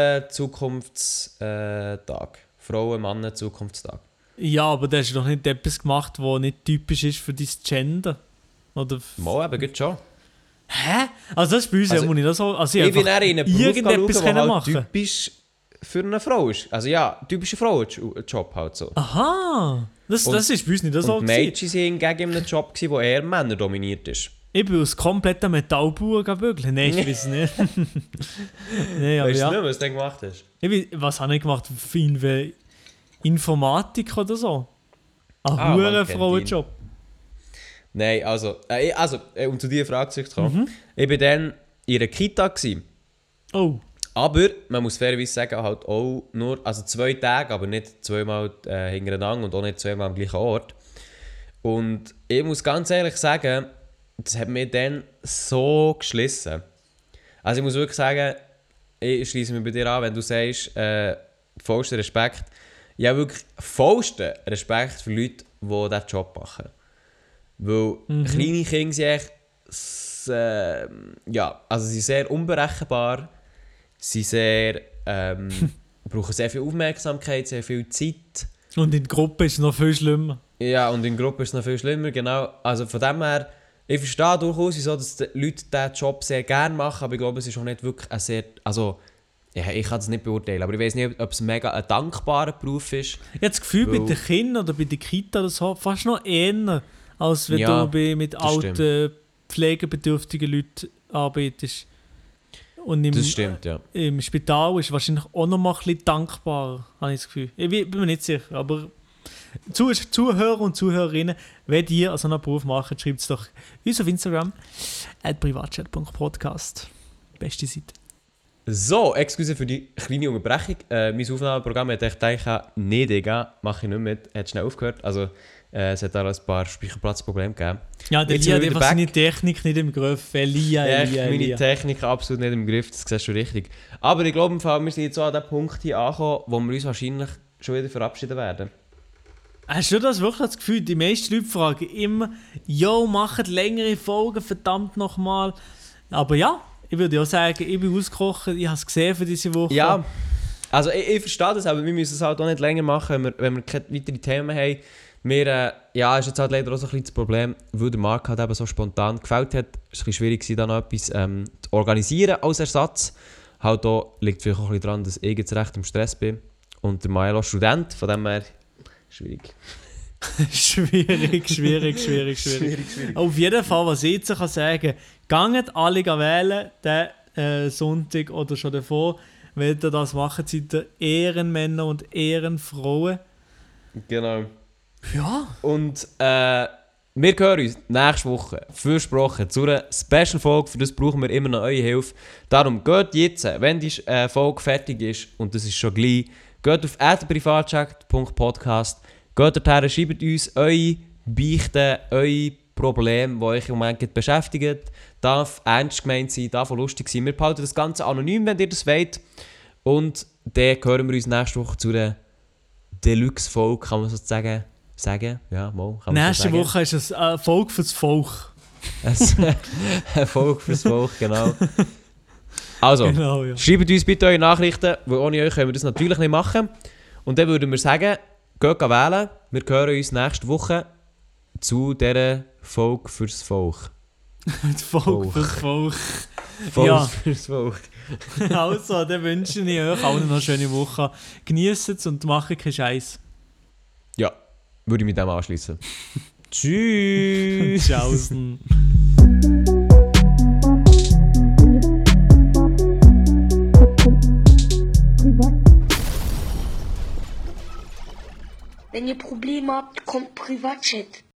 Speaker 3: Frauen-Zukunftstag. Frauen-Mannen-Zukunftstag.
Speaker 2: Ja, aber du hast doch nicht etwas gemacht, was nicht typisch ist für dein Gender. Oder f-
Speaker 3: Mal eben, gut schon.
Speaker 2: Hä? Also das ist bei uns
Speaker 3: Also,
Speaker 2: ja nicht so. Also
Speaker 3: Ich
Speaker 2: ich
Speaker 3: bin
Speaker 2: einfach
Speaker 3: eher in einen Beruf
Speaker 2: irgendetwas
Speaker 3: schauen,
Speaker 2: können
Speaker 3: der halt
Speaker 2: machen.
Speaker 3: typisch für eine Frau ist. Also ja, typischer Frauenjob halt so.
Speaker 2: Aha, das,
Speaker 3: Und-
Speaker 2: das ist bei uns nicht so
Speaker 3: Und
Speaker 2: gewesen.
Speaker 3: Mädchen waren hingegen in einem Job, der eher männerdominiert ist.
Speaker 2: Ich bin aus kompletter Metallbauer bügeln. Nein, ich weiß nicht. Nein, aber
Speaker 3: Weißt du
Speaker 2: ja.
Speaker 3: nicht, was du dann gemacht hast?
Speaker 2: Ich weiß, was habe ich gemacht? Für irgendwie Informatik oder so? Ein
Speaker 3: Ah, man
Speaker 2: hoher
Speaker 3: kennt
Speaker 2: Frauenjob.
Speaker 3: Nein, also, äh, ich- also äh, um zu dieser Frage zurückzukommen.
Speaker 2: Mhm.
Speaker 3: Ich war dann in einer Kita. Gewesen.
Speaker 2: Oh,
Speaker 3: Aber, man muss fairerweise sagen, halt auch nur, also zwei Tage, aber nicht zweimal äh, hintereinander und auch nicht zweimal am gleichen Ort. Und ich muss ganz ehrlich sagen, das hat mir dann so geschlissen. Also ich muss wirklich sagen, ich schließe mich bei dir an, wenn du sagst, äh, vollsten Respekt. Ich habe wirklich vollsten Respekt für Leute, die diesen Job machen. Weil
Speaker 2: Mhm.
Speaker 3: kleine Kinder sind echt, s- äh, ja, also sie sind sehr unberechenbar, sie sehr, ähm, brauchen sehr viel Aufmerksamkeit, sehr viel Zeit.
Speaker 2: und in der Gruppe ist es noch viel schlimmer.
Speaker 3: Ja, und in Gruppe ist es noch viel schlimmer, genau. Also von dem her, ich verstehe durchaus, wieso dass die Leute diesen Job sehr gerne machen, aber ich glaube, es ist auch nicht wirklich ein sehr, also, ja, ich kann das nicht beurteilen, aber ich weiß nicht, ob es mega ein dankbarer Beruf ist.
Speaker 2: Ich habe das Gefühl, bei
Speaker 3: Weil-
Speaker 2: den Kindern oder bei der Kita oder so, fast noch eher, als wenn
Speaker 3: Ja,
Speaker 2: du bei, mit
Speaker 3: das
Speaker 2: alten, pflegebedürftigen Leuten arbeitest. Und im,
Speaker 3: Das stimmt, ja.
Speaker 2: im Spital ist wahrscheinlich auch noch mal ein bisschen dankbarer, habe ich das Gefühl. Ich bin bin mir nicht sicher, aber Zu, Zuhörer und Zuhörerinnen, wenn ihr so einen Beruf macht, schreibt es doch uns auf Instagram at privatchat punkt podcast. Beste Seite.
Speaker 3: So, excuse für die kleine Unterbrechung. Äh, mein Aufnahmeprogramm hat echt gedacht, nee, Digga, mache ich nicht mit. Hat schnell aufgehört. Also, äh, es hat da ein paar Speicherplatzprobleme gegeben.
Speaker 2: Ja, der
Speaker 3: Jetzt
Speaker 2: Lia hat
Speaker 3: sind wir
Speaker 2: einfach
Speaker 3: wieder
Speaker 2: seine Technik nicht im Griff. Elia,
Speaker 3: Ja,
Speaker 2: Elia,
Speaker 3: meine
Speaker 2: Elia.
Speaker 3: Technik absolut nicht im Griff, das siehst du richtig. Aber ich glaube, im Fall, wir sind jetzt so an dem Punkt hier angekommen, wo wir uns wahrscheinlich schon wieder verabschieden werden.
Speaker 2: Hast du das wirklich das Gefühl, die meisten Leute fragen immer, «Yo, macht längere Folgen, verdammt nochmal!» Aber ja, ich würde auch sagen, ich bin ausgekocht, ich habe es gesehen für diese Woche.
Speaker 3: Ja, also ich, ich verstehe das, aber wir müssen es halt auch nicht länger machen, wenn wir, wenn wir keine weiteren Themen haben. Wir, äh, ja, ist jetzt halt leider auch so ein bisschen das Problem, weil der Marc halt eben so spontan gefällt hat. Es war ein bisschen schwierig, da noch etwas ähm, zu organisieren als Ersatz. Halt auch liegt vielleicht auch ein bisschen daran, dass ich jetzt recht im Stress bin. Und der Maelo Student, von dem her schwierig.
Speaker 2: schwierig, schwierig, schwierig, schwierig.
Speaker 3: schwierig.
Speaker 2: Auf jeden Fall, was ich jetzt kann sagen kann, geht alle wählen, den äh, Sonntag oder schon davor. Wenn ihr das machen, seid ihr Ehrenmänner und Ehrenfrauen.
Speaker 3: Genau.
Speaker 2: Ja.
Speaker 3: Und äh, wir hören uns nächste Woche, versprochen, zu einer Special-Folge. Für das brauchen wir immer noch eure Hilfe. Darum geht jetzt, wenn die äh, Folge fertig ist, und das ist schon gleich, geht auf at privatchat punkt podcast, geht dorthin, schreibt uns eure Beichten, eure Probleme, die euch im Moment beschäftigen. Darf ernst gemeint sein, darf auch lustig sein. Wir behalten das Ganze anonym, wenn ihr das wollt. Und dann hören wir uns nächste Woche zu einer Deluxe-Folge, kann man sozusagen sagen. Ja, mal, kann man
Speaker 2: Nächste
Speaker 3: so sagen.
Speaker 2: Woche ist es eine Folge fürs Volk.
Speaker 3: Eine Folge fürs Volk, genau. Also,
Speaker 2: Genau, ja.
Speaker 3: schreibt uns bitte eure Nachrichten, weil ohne euch können wir das natürlich nicht machen. Und dann würden wir sagen, geht wählen. Wir hören uns nächste Woche zu dieser Folge fürs Volk.
Speaker 2: Die Folge fürs Volk.
Speaker 3: Folge
Speaker 2: Ja.
Speaker 3: fürs Volk.
Speaker 2: Also, dann wünsche ich euch allen noch eine schöne Woche. Genießt es und macht keinen Scheiß.
Speaker 3: Ja, würde ich mit dem anschließen. Tschüss.
Speaker 2: Tschaußen.
Speaker 1: Wenn ihr Probleme habt, kommt Privatchat.